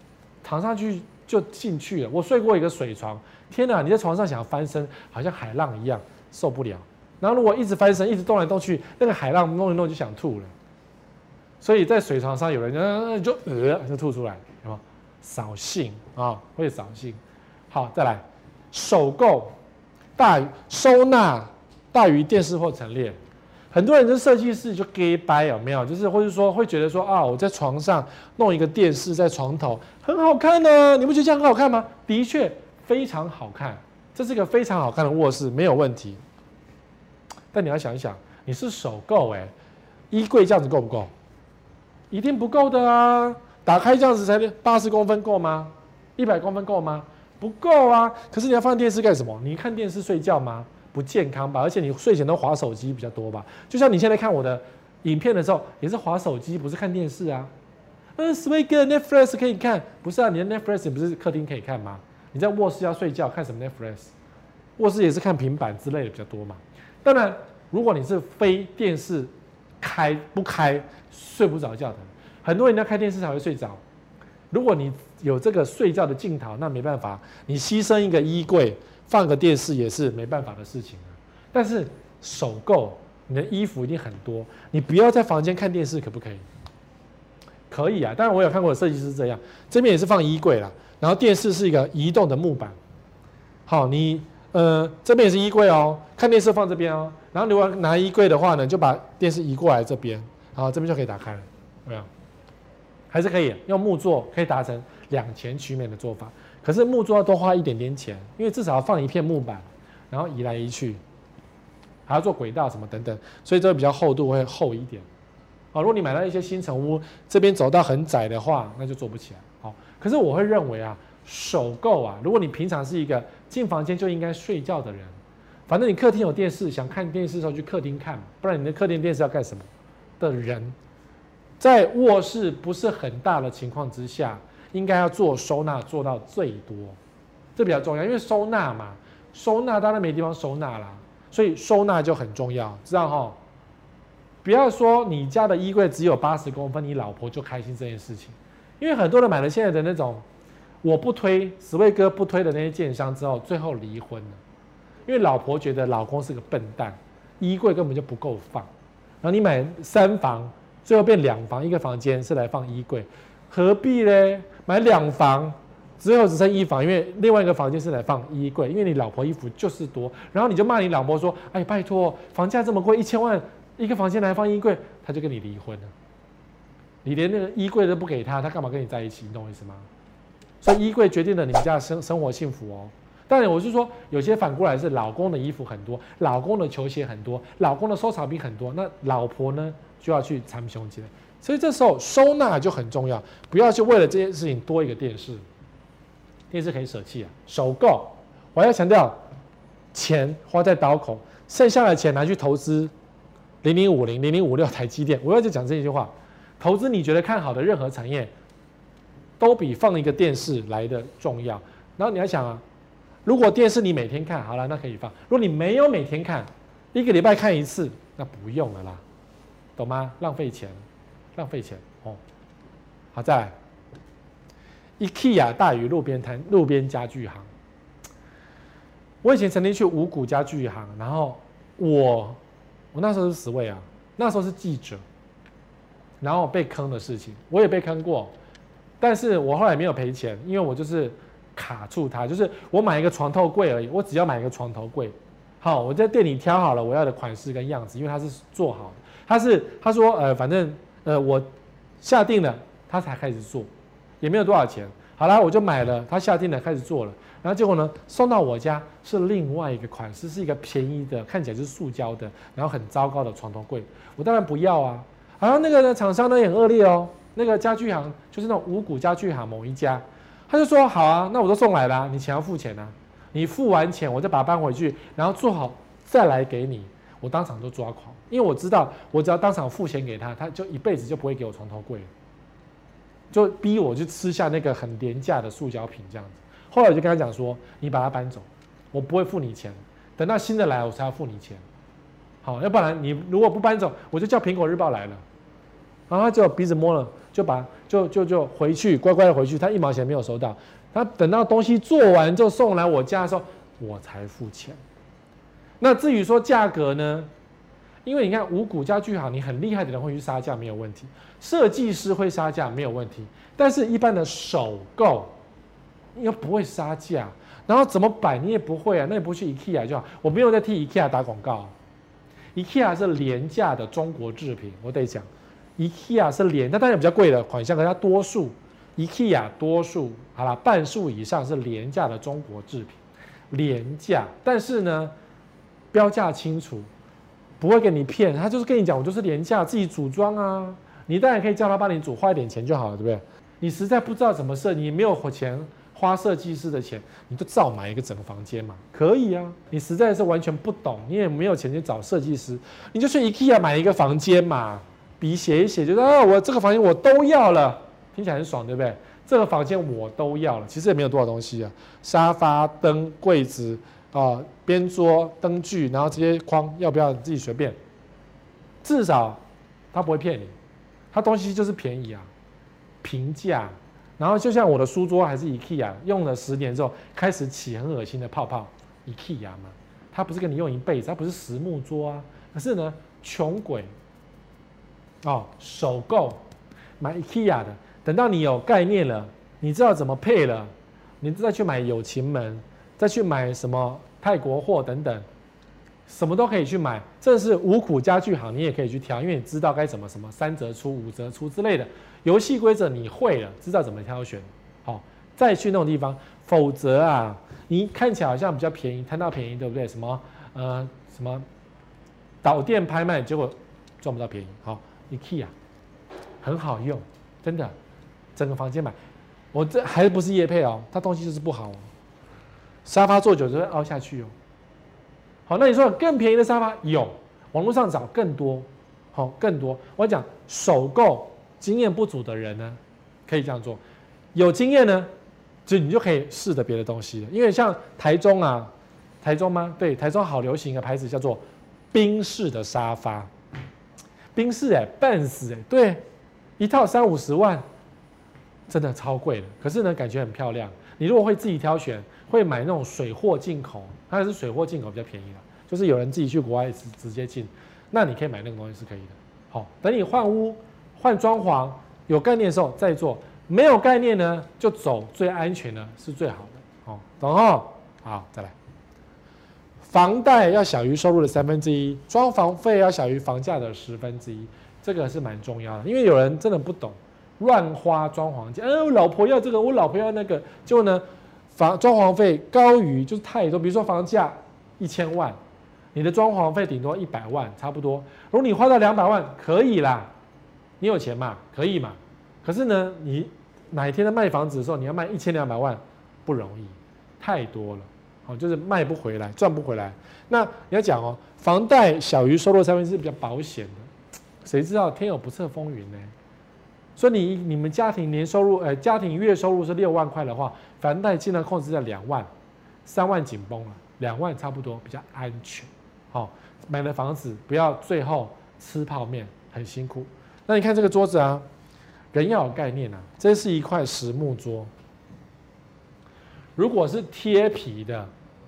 躺上去就进去了。我睡过一个水床，天哪！你在床上想翻身，好像海浪一样，受不了。然后如果一直翻身，一直动来动去，那个海浪弄一弄就想吐了。所以在水床上有人就吐出来，有没有？扫兴啊，会扫兴。好，再来，首购收纳大于电视或陈列。很多人就设计师就 gay 掰有没有？就是或者说会觉得说啊，我在床上弄一个电视在床头很好看呢，你不觉得这样很好看吗？的确非常好看，这是一个非常好看的卧室，没有问题。但你要想一想，你是首购衣柜这样子够不够？一定不够的啊！打开这样子才80公分够吗？100公分够吗？不够啊！可是你要放电视干什么？你看电视睡觉吗？不健康吧？而且你睡前都滑手机比较多吧？就像你现在看我的影片的时候，也是滑手机，不是看电视啊。Sway 哥 Netflix 可以看，不是啊？你的 Netflix 不是客厅可以看吗？你在卧室要睡觉，看什么 Netflix？ 卧室也是看平板之类的比较多嘛。当然，如果你是非电视不开睡不着觉的，很多人要开电视才会睡着。如果你有这个睡觉的镜头，那没办法，你牺牲一个衣柜，放个电视也是没办法的事情。但是首购，你的衣服一定很多，你不要在房间看电视，可不可以？可以啊，当然我有看过设计师这样，这边也是放衣柜啦，然后电视是一个移动的木板。好，你这边也是衣柜哦，看电视放这边哦，然后如果拿衣柜的话呢，就把电视移过来这边，好，这边就可以打开了，有没有？还是可以用木座可以达成2全其美的做法，可是木座要多花一点点钱，因为至少要放一片木板，然后移来移去，还要做轨道什么等等，所以这个比较厚度会厚一点。如果你买到一些新成屋，这边走道很窄的话，那就做不起来。好，可是我会认为啊，首购啊，如果你平常是一个进房间就应该睡觉的人，反正你客厅有电视，想看电视的时候去客厅看，不然你的客厅电视要干什么的人，在卧室不是很大的情况之下，应该要做收纳做到最多，这比较重要，因为收纳嘛，收纳当然没地方收纳啦，所以收纳就很重要，知道齁？不要说你家的衣柜只有80公分，你老婆就开心这件事情，因为很多人买了现在的那种，我不推，Sway哥不推的那些建商之后，最后离婚了，因为老婆觉得老公是个笨蛋，衣柜根本就不够放，然后你买3房，最后变2房，一个房间是来放衣柜，何必呢？买2房，最后只剩1房，因为另外一个房间是来放衣柜，因为你老婆衣服就是多，然后你就骂你老婆说，哎，拜托，房价这么贵，1000万。一个房间来放衣柜，他就跟你离婚了。你连那个衣柜都不给他，他干嘛跟你在一起？你懂我意思吗？所以衣柜决定了你们家的生活幸福哦。当然，我是说，有些反过来是老公的衣服很多，老公的球鞋很多，老公的收藏品很多，那老婆呢就要去参胸起来。所以这时候收纳就很重要，不要去为了这件事情多一个电视。电视可以舍弃啊，首购。我要强调，钱花在刀口，剩下的钱拿去投资。0050、0056台积电，我要就讲这一句话：投资你觉得看好的任何产业，都比放一个电视来的重要。然后你要想啊，如果电视你每天看好了，那可以放；如果你没有每天看，1个礼拜看1次，那不用了啦，懂吗？浪费钱，浪费钱哦。好，再来 ，IKEA 大于路边家具行。我以前曾经去五股家具行，然后我那时候是Sway啊，那时候是记者，然后被坑的事情，我也被坑过，但是我后来没有赔钱，因为我就是卡住它，就是我买一个床头柜而已，我只要买一个床头柜，好，我在店里挑好了我要的款式跟样子，因为它是做好的，他说反正我下定了，他才开始做，也没有多少钱，好啦，我就买了，他下定了开始做了。然后结果呢，送到我家是另外一个款式，是一个便宜的，看起来就是塑胶的，然后很糟糕的床头柜，我当然不要啊。然后那个厂商呢也很恶劣哦，那个家具行就是那种五股家具行某一家，他就说好啊，那我都送来了，你钱要付钱啊，你付完钱我再把它搬回去，然后做好再来给你。我当场就抓狂，因为我知道我只要当场付钱给他，他就一辈子就不会给我床头柜了，就逼我去吃下那个很廉价的塑胶品这样子。后来我就跟他讲说，你把它搬走，我不会付你钱，等到新的来我才要付你钱。好，要不然你如果不搬走，我就叫苹果日报来了。然后他就鼻子摸了， 就回去乖乖的回去，他1毛钱没有收到。他等到东西做完之后送来我家的时候，我才付钱。那至于说价格呢？因为你看五股家具行，你很厉害的人会去杀价没有问题，设计师会杀价没有问题，但是一般的首购你又不会杀价，然后怎么摆你也不会啊，那你不去 IKEA 就好。我没有在替 IKEA 打广告，IKEA 是廉价的中国制品，我得讲，IKEA 是廉，那当然比较贵的款项，可是它多数 IKEA 多数好啦，半数以上是廉价的中国制品，廉价，但是呢标价清楚。不会给你骗，他就是跟你讲，我就是廉价自己组装啊。你当然可以叫他帮你组，花一点钱就好了，对不对？你实在不知道怎么设，你没有钱花设计师的钱，你就照买一个整个房间嘛，可以啊。你实在是完全不懂，你也没有钱去找设计师，你就去 IKEA 买一个房间嘛，笔写一写，就说我这个房间我都要了，听起来很爽，对不对？这个房间我都要了，其实也没有多少东西啊，沙发、灯、柜子。边桌、灯具，然后这些框要不要你自己随便，至少他不会骗你，他东西就是便宜啊，平价。然后就像我的书桌还是 IKEA， 用了10年之后开始起很恶心的泡泡 ，IKEA 嘛，他不是跟你用一辈子，他不是实木桌啊，可是呢，穷鬼首购买 IKEA 的，等到你有概念了，你知道怎么配了，你再去买有情门。再去买什么泰国货等等，什么都可以去买。这是五股家具行，你也可以去挑，因为你知道该怎么什么3折出、5折出之类的游戏规则，你会了，知道怎么挑选，好，再去那种地方。否则啊，你看起来好像比较便宜，贪到便宜，对不对？什么导电拍卖，结果赚不到便宜。好 ，IKEA 很好用，真的，整个房间买，我这还不是业配哦，它东西就是不好哦。沙发坐久就会凹下去哦。好，那你说更便宜的沙发有，网络上找更多，好更多。我讲首购经验不足的人呢，可以这样做；有经验呢，你就可以试着别的东西了。因为像台中吗？对，台中好流行的牌子叫做宾士的沙发，宾士笨死对，一套30-50万，真的超贵的。可是呢，感觉很漂亮。你如果会自己挑选，会买那种水货进口，它也是水货进口比较便宜的，就是有人自己去国外直接进，那你可以买那个东西是可以的。好，等你换屋、换装潢有概念的时候再做，没有概念呢就走最安全的是最好的。懂哦？好，再来，房贷要小于收入的1/3，装潢费要小于房价的1/10，这个是蛮重要的，因为有人真的不懂。乱花装潢钱，我老婆要这个，我老婆要那个，结果呢，装潢费高于就是太多，比如说房价1000万，你的装潢费顶多100万，差不多。如果你花到200万，可以啦，你有钱嘛，可以嘛。可是呢，你哪一天在卖房子的时候，你要卖1200万，不容易，太多了，好，就是卖不回来，赚不回来。那你要讲哦，房贷小于收入3/4是比较保险的，谁知道天有不测风云呢？所以你们家庭年收入，家庭月收入是6万块的话，房贷尽量控制在2万，3万紧绷了，2万差不多比较安全。好，买了房子不要最后吃泡面，很辛苦。那你看这个桌子啊，人要有概念啊，这是一块实木桌，如果是贴皮的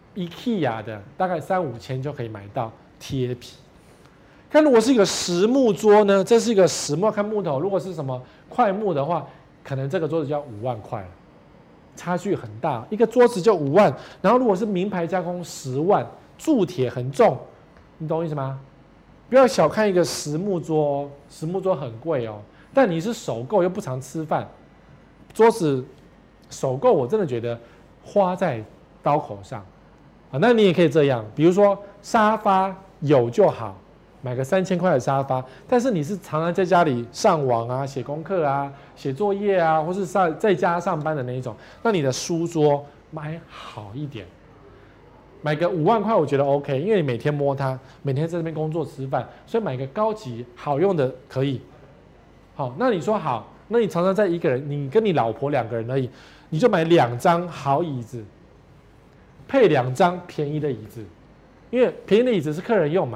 ，IKEA 的大概3-5千就可以买到贴皮。但如果是一个实木桌呢？这是一个实木，看木头。如果是什么块木的话，可能这个桌子就要5万块了，差距很大。一个桌子就5万，然后如果是名牌加工10万，铸铁很重，你懂我意思吗？不要小看一个实木桌哦，实木桌很贵哦。但你是首购又不常吃饭，桌子首购我真的觉得花在刀口上啊。那你也可以这样，比如说沙发有就好。买个3000块的沙发，但是你是常常在家里上网啊、写功课啊、写作业啊，或是在家上班的那一种，那你的书桌买好一点，买个5万块我觉得 OK， 因为你每天摸它，每天在这边工作吃饭，所以买个高级好用的可以。好，那你说好，那你常常在一个人，你跟你老婆2个人而已，你就买2张好椅子，配2张便宜的椅子，因为便宜的椅子是客人用嘛。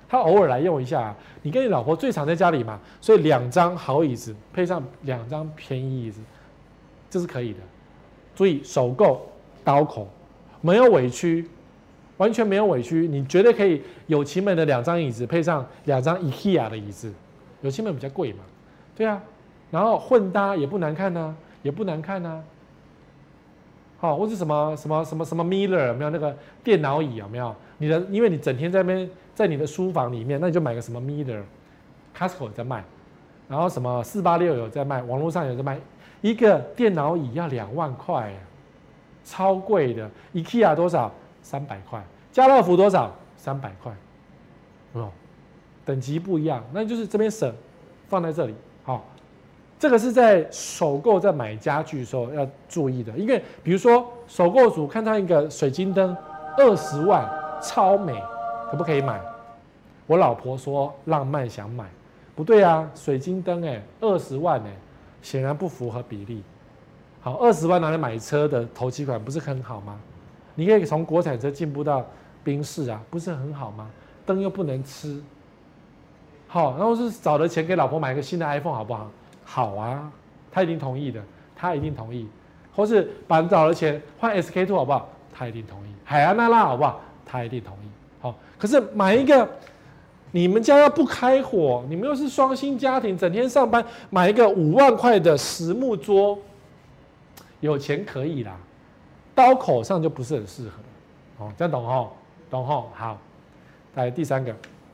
他偶尔来用一下。你跟你老婆最常在家里嘛，所以2张好椅子配上2张便宜椅子，这是可以的。注意首购刀口，没有委屈，完全没有委屈，你绝对可以有奇门的2张椅子配上2张 IKEA 的椅子，有奇门比较贵嘛，对啊，然后混搭也不难看呐、也不难看呐、好，或是什么 Miller 有没有那个电脑椅有没有？因为你整天在那边在你的书房里面，那你就买个什么 Miller，Costco 有在卖，然后什么486有在卖，网络上有在卖，一个电脑椅要2万块，超贵的。IKEA 多少？300块。家乐福多少？300块。哦，等级不一样，那就是这边省放在这里。好，这个是在首购在买家具的时候要注意的，因为比如说首购族看到一个水晶灯20万，超美，可不可以买？我老婆说浪漫想买，不对啊，水晶灯20万显然不符合比例。好，20万拿来买车的头期款不是很好吗？你可以从国产车进步到宾士啊，不是很好吗？灯又不能吃，好，然后是找的钱给老婆买个新的 iPhone 好不好？好啊，他一定同意的，他一定同意。或是把找的钱换 SK2 好不好？他一定同意。海安娜拉好不好？他一定同意。好，可是买一个。你们家要不开火，你们又是双薪家庭，整天上班，买一个5万块的实木桌，有钱可以啦，刀口上就不是很适合。哦，这样懂吼？懂吼？好，来第3个，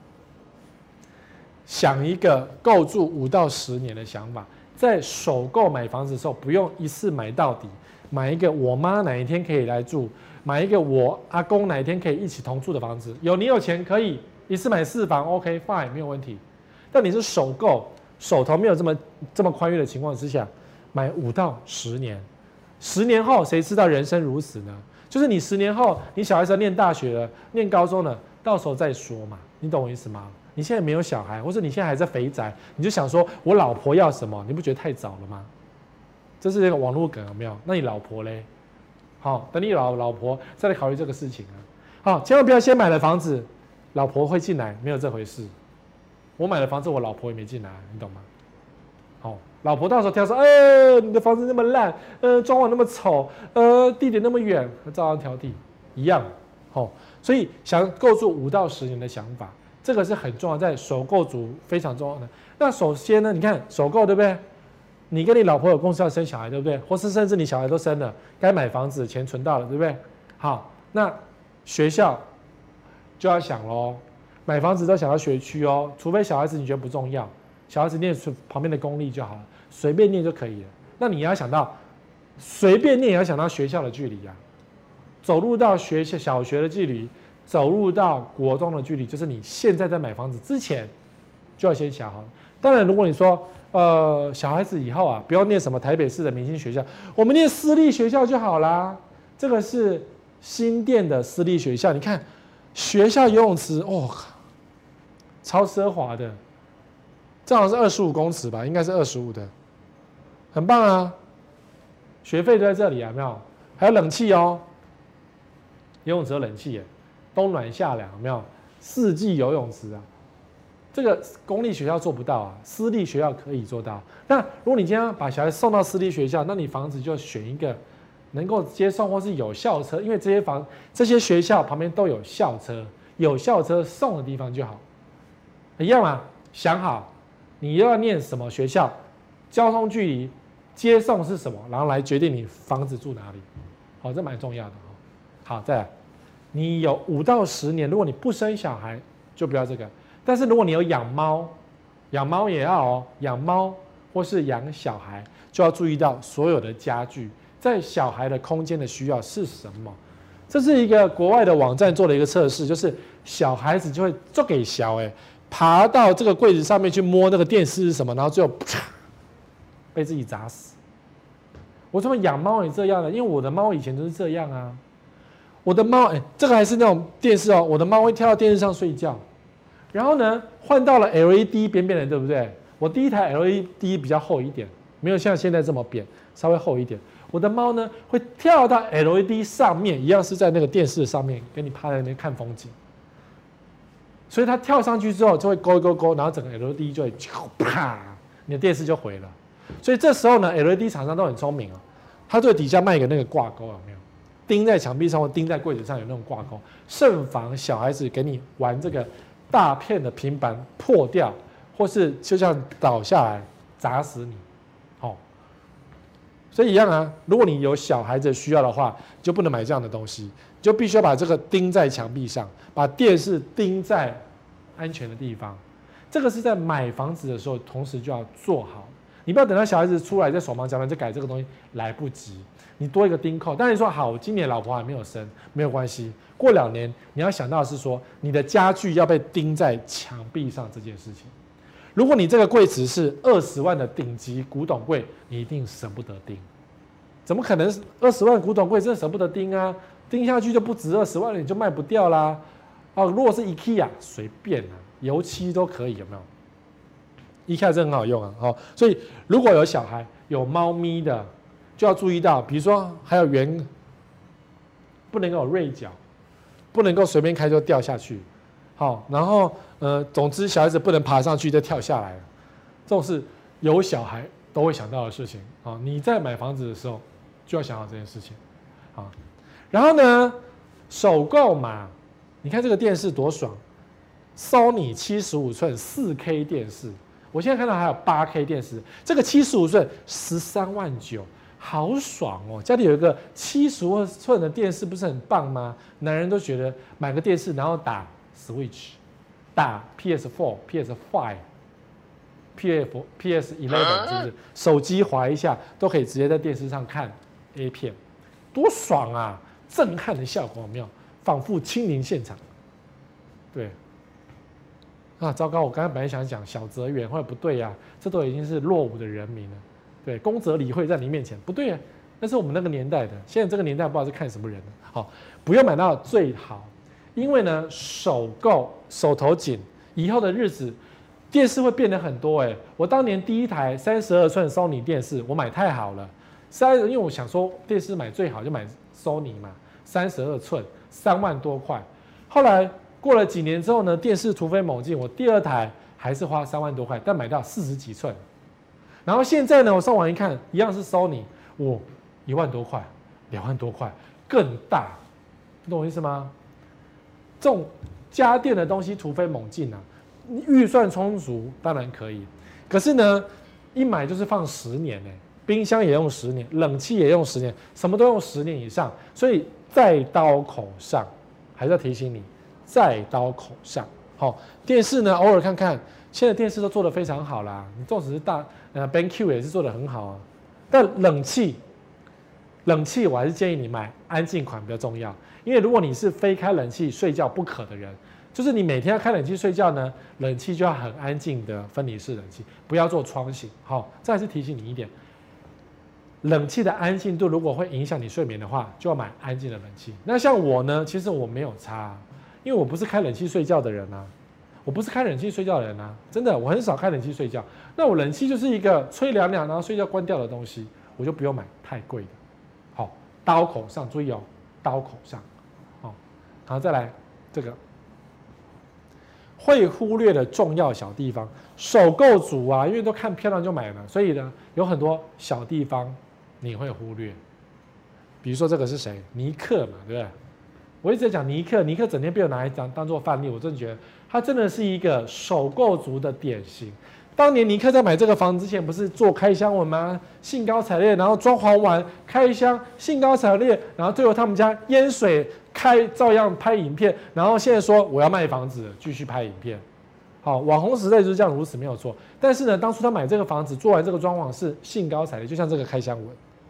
想一个构筑5到10年的想法，在首购买房子的时候，不用一次买到底，买一个我妈哪一天可以来住，买一个我阿公哪一天可以一起同住的房子。你有钱可以。一次买4房 ，OK fine 没有问题。但你是首购，手头没有这么宽裕的情况之下，买5到10年，10年后谁知道人生如此呢？就是你10年后，你小孩子要念大学了，念高中了，到时候再说嘛，你懂我意思吗？你现在没有小孩，或者你现在还在肥宅，你就想说我老婆要什么，你不觉得太早了吗？这是一个网络梗有没有？那你老婆嘞？好，等你老婆再来考虑这个事情啊。好，千万不要先买了房子。老婆会进来，没有这回事。我买了房子，我老婆也没进来，你懂吗？好，老婆到时候挑说，你的房子那么烂，装潢那么丑，地点那么远，照样挑地，一样。好，所以想构筑5到10年的想法，这个是很重要，在首购族非常重要的。那首先呢，你看首购对不对？你跟你老婆有共识要生小孩，对不对？或是甚至你小孩都生了，该买房子，钱存到了，对不对？好，那学校。就要想咯，买房子都想到学区哦，除非小孩子你觉得不重要，小孩子念旁边的公立就好了，随便念就可以了。那你要想到，随便念也要想到学校的距离啊，走路到小学的距离，走路到国中的距离，就是你现在在买房子之前就要先想好。当然，如果你说小孩子以后啊，不要念什么台北市的明星学校，我们念私立学校就好啦。这个是新店的私立学校，你看。学校游泳池超奢华的，正好是25公尺吧，应该是25的，很棒啊！学费都在这里啊，有没有？还有冷气哦，游泳池有冷气耶，冬暖夏凉，有没有？4季游泳池啊，这个公立学校做不到啊，私立学校可以做到。那如果你今天把小孩送到私立学校，那你房子就选一个。能够接送或是有校车，因为这些学校旁边都有校车，有校车送的地方就好，一样嘛。想好你要念什么学校，交通距离、接送是什么，然后来决定你房子住哪里。好，这蛮重要的。好，再来，你有5到10年，如果你不生小孩，就不要这个。但是如果你有养猫也要哦，养猫或是养小孩，就要注意到所有的家具。在小孩的空间的需要是什么？这是一个国外的网站做了一个测试，就是小孩子就会做给小爬到这个柜子上面去摸那个电视是什么，然后最后被自己砸死。我怎么养猫也这样的？因为我的猫以前都是这样啊。我的猫这个还是那种电视哦，我的猫会跳到电视上睡觉。然后呢，换到了 LED 扁扁的，对不对？我第一台 LED 比较厚一点，没有像现在这么扁，稍微厚一点。我的猫呢会跳到 LED 上面，一样是在那个电视上面，跟你趴在那边看风景。 所以它跳上去之后就会勾一勾勾，然后整个 LED 就会啪，你的电视就毁了。所以这时候呢 ，LED 厂商都很聪明哦，它对底下卖一个那个挂钩有没有？钉在墙壁上或钉在柜子上有那种挂钩，慎防小孩子给你玩这个大片的平板破掉，或是就像倒下来砸死你。好，所以一样啊，如果你有小孩子需要的话，就不能买这样的东西，就必须要把这个钉在墙壁上，把电视钉在安全的地方。这个是在买房子的时候，同时就要做好。你不要等到小孩子出来再手忙脚乱再改这个东西，来不及。你多一个钉扣，但是说好，我今年老婆还没有生，没有关系。过2年，你要想到的是说，你的家具要被钉在墙壁上这件事情。如果你这个柜子是20万的顶级古董柜，你一定舍不得钉。怎么可能20万古董柜真的舍不得钉啊？钉下去就不值20万了，你就卖不掉啦。哦，如果是 IKEA 随便啊，油漆都可以，有没有？IKEA 真的很好用啊。哦，所以如果有小孩有猫咪的，就要注意到，比如说还有不能够有锐角，不能够随便开就掉下去。好，然后总之小孩子不能爬上去再跳下来，这种是有小孩都会想到的事情啊。你在买房子的时候就要想好这件事情啊。然后呢，首购嘛，你看这个电视多爽 ，Sony 75寸4K 电视，我现在看到还有8K 电视，这个75寸13.9万，好爽哦！家里有一个72寸的电视，不是很棒吗？男人都觉得买个电视，然后打 Switch， 打 PS4、PS5、PS11， 是不是？手机滑一下都可以直接在电视上看 A 片，多爽啊！震撼的效果有没有？仿佛亲临现场。对。啊，糟糕！我刚才本来想讲小泽圆，后来不对呀、这都已经是落伍的人民了。对，宫泽理惠在你面前不对啊，那是我们那个年代的。现在这个年代不知道是看什么人了。好，不用买到最好，因为呢首购手头紧，以后的日子电视会变得很多。我当年第一台32寸 Sony 电视，我买太好了，因为我想说电视买最好就买 Sony 嘛，32寸3万多块。后来过了几年之后呢，电视突飞猛进，我第2台还是花3万多块，但买到40几寸。然后现在呢，我上网一看，一样是 Sony， 1万多块、2万多块，更大，懂我意思吗？这种家电的东西突飞猛进啊，预算充足当然可以，可是呢，一买就是放10年呢，冰箱也用10年，冷气也用10年，什么都用10年以上，所以在刀口上，还是要提醒你，在刀口上。好，电视呢偶尔看看，现在电视都做得非常好啦，你纵使是BenQ 也是做得很好啊，但冷气我还是建议你买安静款比较重要，因为如果你是非开冷气睡觉不可的人，就是你每天要开冷气睡觉呢，冷气就要很安静的分离式冷气，不要做窗型。好，这还是提醒你一点，冷气的安静度如果会影响你睡眠的话，就要买安静的冷气。那像我呢，其实我没有差，因为我不是开冷气睡觉的人啊。我不是开冷气睡觉的人啊，真的，我很少开冷气睡觉。那我冷气就是一个吹凉凉，然后睡觉关掉的东西，我就不用买太贵的。好，刀口上注意哦，刀口上。好，然后再来这个会忽略的重要小地方，首购族啊，因为都看漂亮就买了，所以呢，有很多小地方你会忽略。比如说这个是谁？尼克嘛，对不对？我一直在讲尼克，尼克整天被我拿来当做范例，我真的觉得他真的是一个首购族的典型。当年尼克在买这个房子之前，不是做开箱文吗？兴高采烈，然后装潢完开箱，兴高采烈，然后最后他们家淹水照样拍影片，然后现在说我要卖房子，继续拍影片。好，网红时代就是这样如此没有错。但是呢，当初他买这个房子，做完这个装潢是兴高采烈，就像这个开箱文。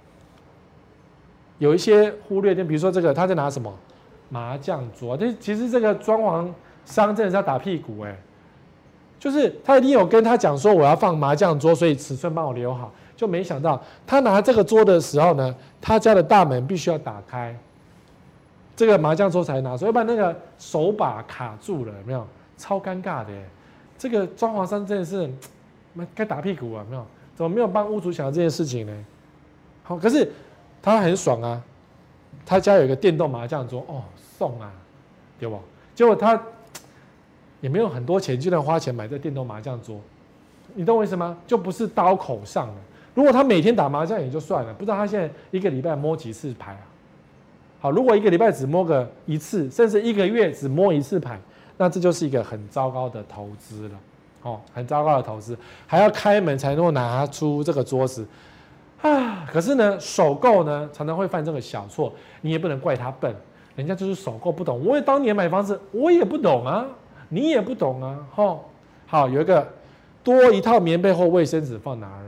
有一些忽略点，比如说这个他在拿什么？麻将桌，其实这个装潢商真的是要打屁股就是他一定有跟他讲说我要放麻将桌，所以尺寸帮我留好，就没想到他拿这个桌的时候呢，他家的大门必须要打开，这个麻将桌才拿，所以要不然那个手把卡住了，有没有？超尴尬的这个装潢商真的是该打屁股啊，有没有？怎么没有帮屋主想到这件事情呢？好，可是他很爽啊。他家有一个电动麻将桌送啊，对不？结果他也没有很多钱，就能花钱买这电动麻将桌，你懂我意思吗？就不是刀口上的。如果他每天打麻将也就算了，不知道他现在一个礼拜摸几次牌啊？好，如果一个礼拜只摸个1次，甚至1个月只摸1次牌，那这就是一个很糟糕的投资了。哦，很糟糕的投资，还要开门才能够拿出这个桌子啊！可是呢，首购呢常常会犯这个小错，你也不能怪他笨，人家就是首购不懂。我也当年买房子，我也不懂啊，你也不懂啊，吼。好，有一个多一套棉被或卫生纸放哪儿？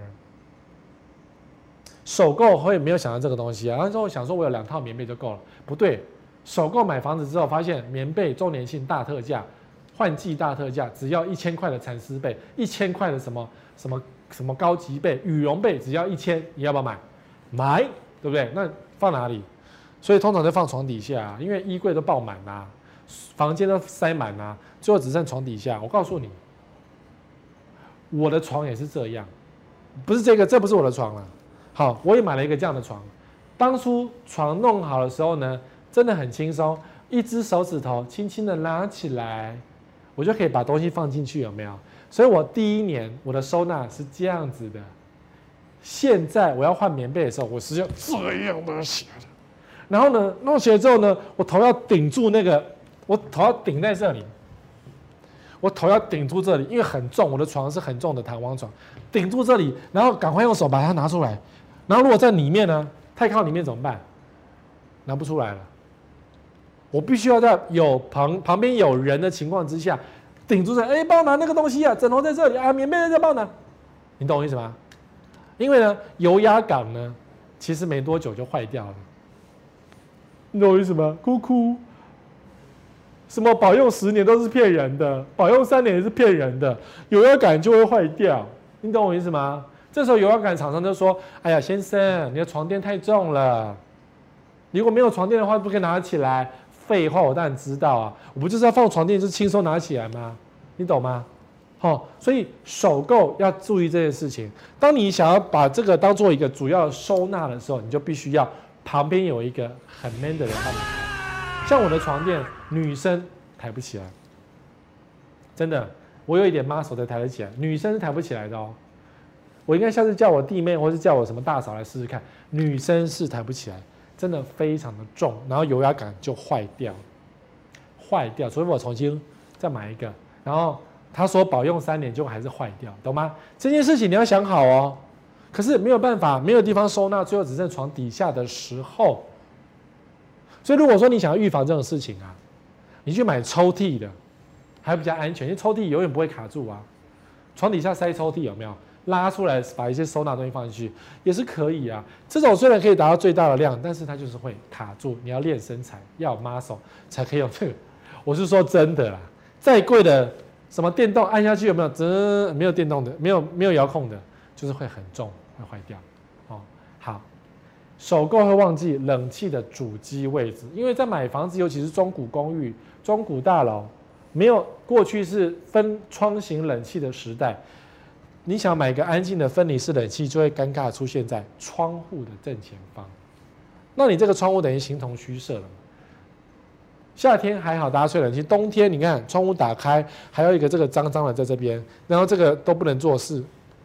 首购会没有想到这个东西啊，然后想说我有2套棉被就够了，不对，首购买房子之后发现棉被周年庆大特价。换季大特价，只要1000块的蚕丝被，1000块的什么高级被、羽绒被，只要1000，你要不要买？买，对不对？那放哪里？所以通常就放床底下啊，因为衣柜都爆满啦，房间都塞满啦，最后只剩床底下。我告诉你，我的床也是这样，不是这不是我的床了。好，我也买了一个这样的床。当初床弄好的时候呢，真的很轻松，一只手指头轻轻的拉起来。我就可以把东西放进去，有没有？所以我第1年我的收纳是这样子的。现在我要换棉被的时候，我是要这样的写的。然后呢，弄起来之后呢，我头要顶住那个，我头要顶在这里，我头要顶住这里，因为很重，我的床是很重的弹簧床，顶住这里，然后赶快用手把它拿出来。然后如果在里面呢，太靠里面怎么办？拿不出来了。我必须要在旁边有人的情况之下，顶住这，帮我拿那个东西啊，枕头在这里啊，棉被在这，帮我拿，你懂我意思吗？因为呢，油压杆呢，其实没多久就坏掉了，你懂我意思吗？哭哭，什么保用10年都是骗人的，保用3年也是骗人的，油压杆就会坏掉，你懂我意思吗？这时候油压杆厂商就说：“哎呀，先生，你的床垫太重了，如果没有床垫的话，不可以拿起来。”废话，我当然知道啊，我不就是要放床垫就轻松拿起来吗？你懂吗？所以首购要注意这件事情。当你想要把这个当做一个主要收纳的时候，你就必须要旁边有一个很 man 的人帮你抬。像我的床垫，女生抬不起来，真的，我有一点muscle才抬得起来，女生是抬不起来的哦。我应该下次叫我弟妹，或是叫我什么大嫂来试试看，女生是抬不起来。真的非常的重，然后油压杆就坏掉，除非我重新再买一个。然后他说保用3年，就还是坏掉，懂吗？这件事情你要想好哦。可是没有办法，没有地方收纳，最后只剩床底下的时候。所以如果说你想要预防这种事情啊，你去买抽屉的，还比较安全，因为抽屉永远不会卡住啊。床底下塞抽屉有没有？拉出来把一些收纳东西放进去也是可以啊。这种虽然可以达到最大的量，但是它就是会卡住。你要练身材，要有 muscle 才可以用这个。我是说真的啦，再贵的什么电动按下去有没有？没有电动的，没有遥控的，就是会很重，会坏掉。好，首购会忘记冷气的主机位置，因为在买房子，尤其是中古公寓、中古大楼，没有过去是分窗型冷气的时代。你想买一个安静的分离式冷气，就会尴尬出现在窗户的正前方。那你这个窗户等于形同虚设了。夏天还好，大家吹冷气；冬天你看窗户打开，还有一个这个脏脏的在这边，然后这个都不能做事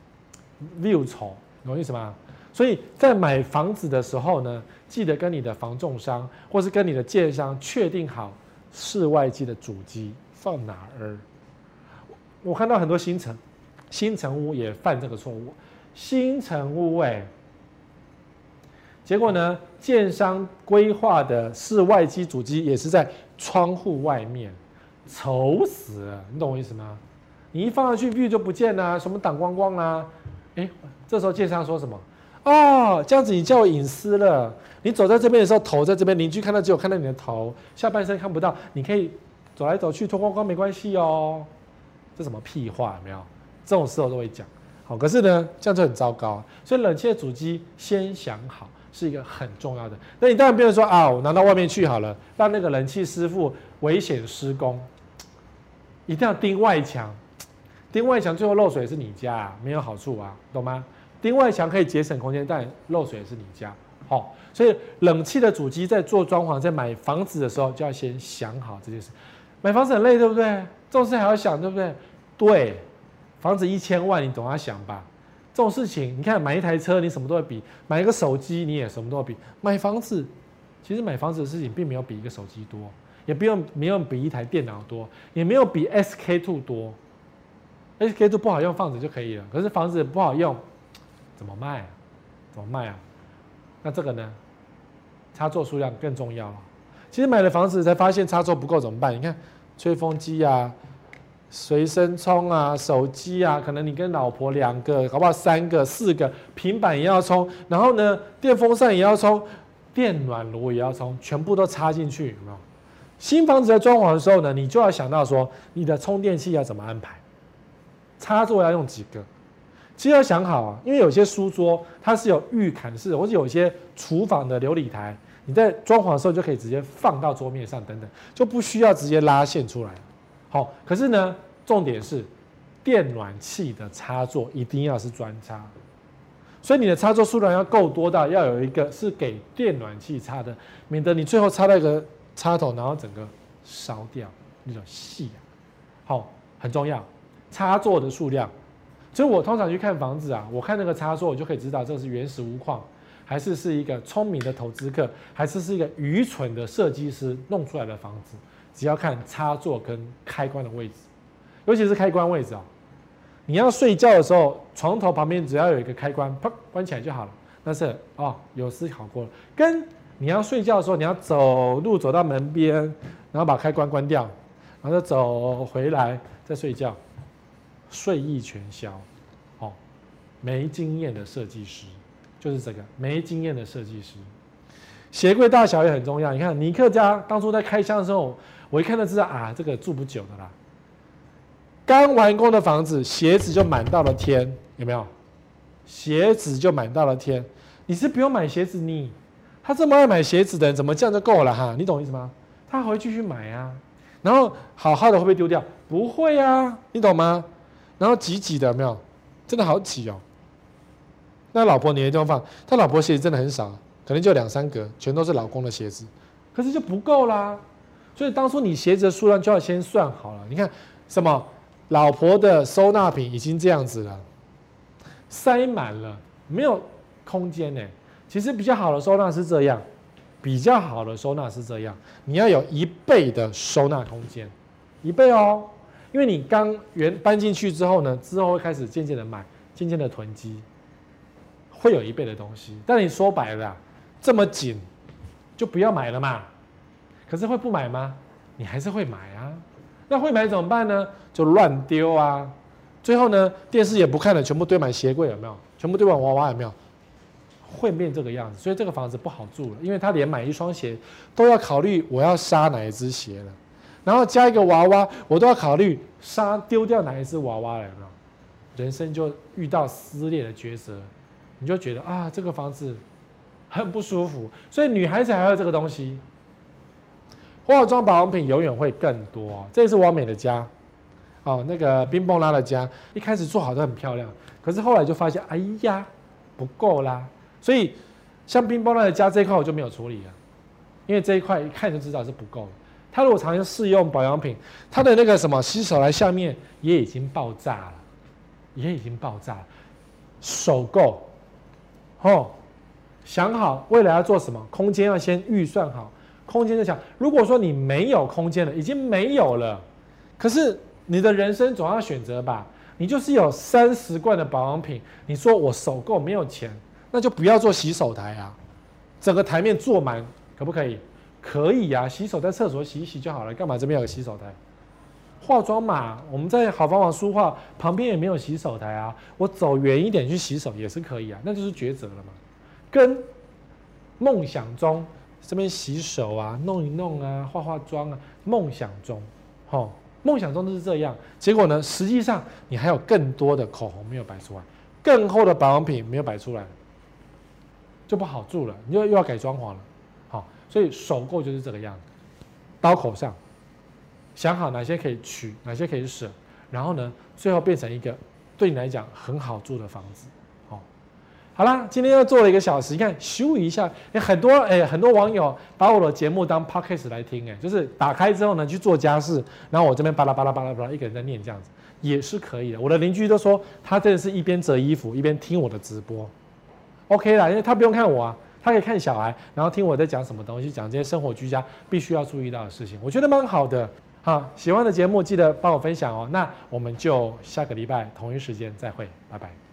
，view 丑，懂我意思吗？所以在买房子的时候呢，记得跟你的房仲商或是跟你的建商确定好室外机的主机放哪儿。我看到很多新城屋也犯这个错误，新城屋结果呢，建商规划的室外机主机也是在窗户外面，丑死了，你懂我意思吗？你一放上去 view 就不见了，什么挡光光啊？这时候建商说什么？哦，这样子你叫我隐私了。你走在这边的时候，头在这边，邻居看到只有看到你的头，下半身看不到，你可以走来走去脱光光没关系哦。这什么屁话有没有？这种时候都会讲，好，可是呢，这样就很糟糕。所以冷气的主机先想好是一个很重要的。那你当然不能说啊，我拿到外面去好了，让那个冷气师傅危险施工，一定要钉外墙，钉外墙最后漏水是你家啊，没有好处啊，懂吗？钉外墙可以节省空间，但漏水是你家。所以冷气的主机在做装潢、在买房子的时候就要先想好这件事。 买房子很累，对不对？这种事还要想，对不对？对，房子1000万，你总要想吧。这种事情，你看买一台车，你什么都会比；买一个手机，你也什么都会比。买房子，其实买房子的事情并没有比一个手机多，也没有比一台电脑多，也没有比 SK2 多。SK2 不好用，放着就可以了。可是房子不好用，怎么卖啊？怎么卖啊？那这个呢？插座数量更重要了。其实买了房子才发现插座不够怎么办？你看，吹风机啊。随身充啊，手机啊，可能你跟老婆2个，搞不好3个、4个，平板也要充，然后呢，电风扇也要充，电暖炉也要充，全部都插进去，有没有？新房子在装潢的时候呢，你就要想到说，你的充电器要怎么安排，插座要用几个，其实要想好啊，因为有些书桌它是有预砍式，或者有些厨房的流理台，你在装潢的时候就可以直接放到桌面上等等，就不需要直接拉线出来。好，可是呢，重点是电暖器的插座一定要是专插，所以你的插座数量要够多到要有一个是给电暖器插的，免得你最后插到一个插头，然后整个烧掉那种细啊。好，很重要，插座的数量。所以我通常去看房子啊，我看那个插座，我就可以知道这是原始无矿，还是一个聪明的投资客，还是一个愚蠢的设计师弄出来的房子。只要看插座跟开关的位置，尤其是开关位置哦。你要睡觉的时候，床头旁边只要有一个开关，啪关起来就好了。那是有思考过了。跟你要睡觉的时候，你要走路走到门边，然后把开关关掉，然后再走回来再睡觉，睡意全消。没经验的设计师就是这个，没经验的设计师。鞋柜大小也很重要。你看尼克家当初在开箱的时候，我一看就知道啊，这个住不久的啦。刚完工的房子，鞋子就满到了天，有没有？鞋子就满到了天。你是不用买鞋子你，他这么爱买鞋子的人，怎么这样就够了哈？你懂意思吗？他还会继续买啊。然后好好的会不会丢掉？不会啊，你懂吗？然后挤挤的有没有？真的好挤哦。那老婆你的地方放，他老婆鞋子真的很少。可能就2、3格，全都是老公的鞋子，可是就不够啦。所以当初你鞋子的数量就要先算好了。你看什么，老婆的收纳品已经这样子了，塞满了，没有空间呢。其实比较好的收纳是这样，你要有1倍的收纳空间，1倍哦。因为你刚搬进去之后呢，之后会开始渐渐的买，渐渐的囤积，会有1倍的东西。但你说白了，这么紧，就不要买了嘛。可是会不买吗？你还是会买啊。那会买怎么办呢？就乱丢啊。最后呢，电视也不看了，全部堆满鞋柜，有没有？全部堆满娃娃，有没有？会变这个样子。所以这个房子不好住了，因为他连买1双鞋都要考虑我要杀哪一只鞋了，然后加一个娃娃，我都要考虑丢掉哪一只娃娃了，有没有？人生就遇到撕裂的抉择，你就觉得啊，这个房子很不舒服。所以女孩子还要这个东西。化妆保养品永远会更多。这也是完美的家，那个冰蹦拉的家，一开始做好都很漂亮，可是后来就发现，哎呀，不够啦。所以像冰蹦拉的家这一块我就没有处理了，因为这一块一看就知道是不够的。他如果常用试用保养品，他的那个什么洗手台下面也已经爆炸了，手够，想好未来要做什么，空间要先预算好。空间就想，如果说你没有空间了，已经没有了，可是你的人生总要选择吧？你就是有30罐的保养品，你说我手够没有钱，那就不要做洗手台啊，整个台面坐满，可不可以？可以啊，洗手在厕所洗一洗就好了，干嘛这边有个洗手台？化妆嘛，我们在好房网书画旁边也没有洗手台啊，我走远一点去洗手也是可以啊，那就是抉择了嘛。跟梦想中这边洗手啊，弄一弄啊，化化妆啊，梦想中都是这样。结果呢，实际上你还有更多的口红没有摆出来，更厚的保养品没有摆出来，就不好住了，你又要改装潢了。所以首购就是这个样子，刀口上想好哪些可以取，哪些可以舍，然后呢，最后变成一个对你来讲很好住的房子。好好啦，今天又做了1个小时，你看咻一下，很多网友把我的节目当 podcast 来听，就是打开之后呢去做家事，然后我这边巴拉巴拉巴拉巴拉一个人在念这样子也是可以的。我的邻居都说他真的是一边折衣服一边听我的直播 ，OK 啦，因为他不用看我啊，他可以看小孩，然后听我在讲什么东西，讲这些生活居家必须要注意到的事情，我觉得蛮好的。好，喜欢的节目记得帮我分享哦。那我们就下个礼拜同一时间再会，拜拜。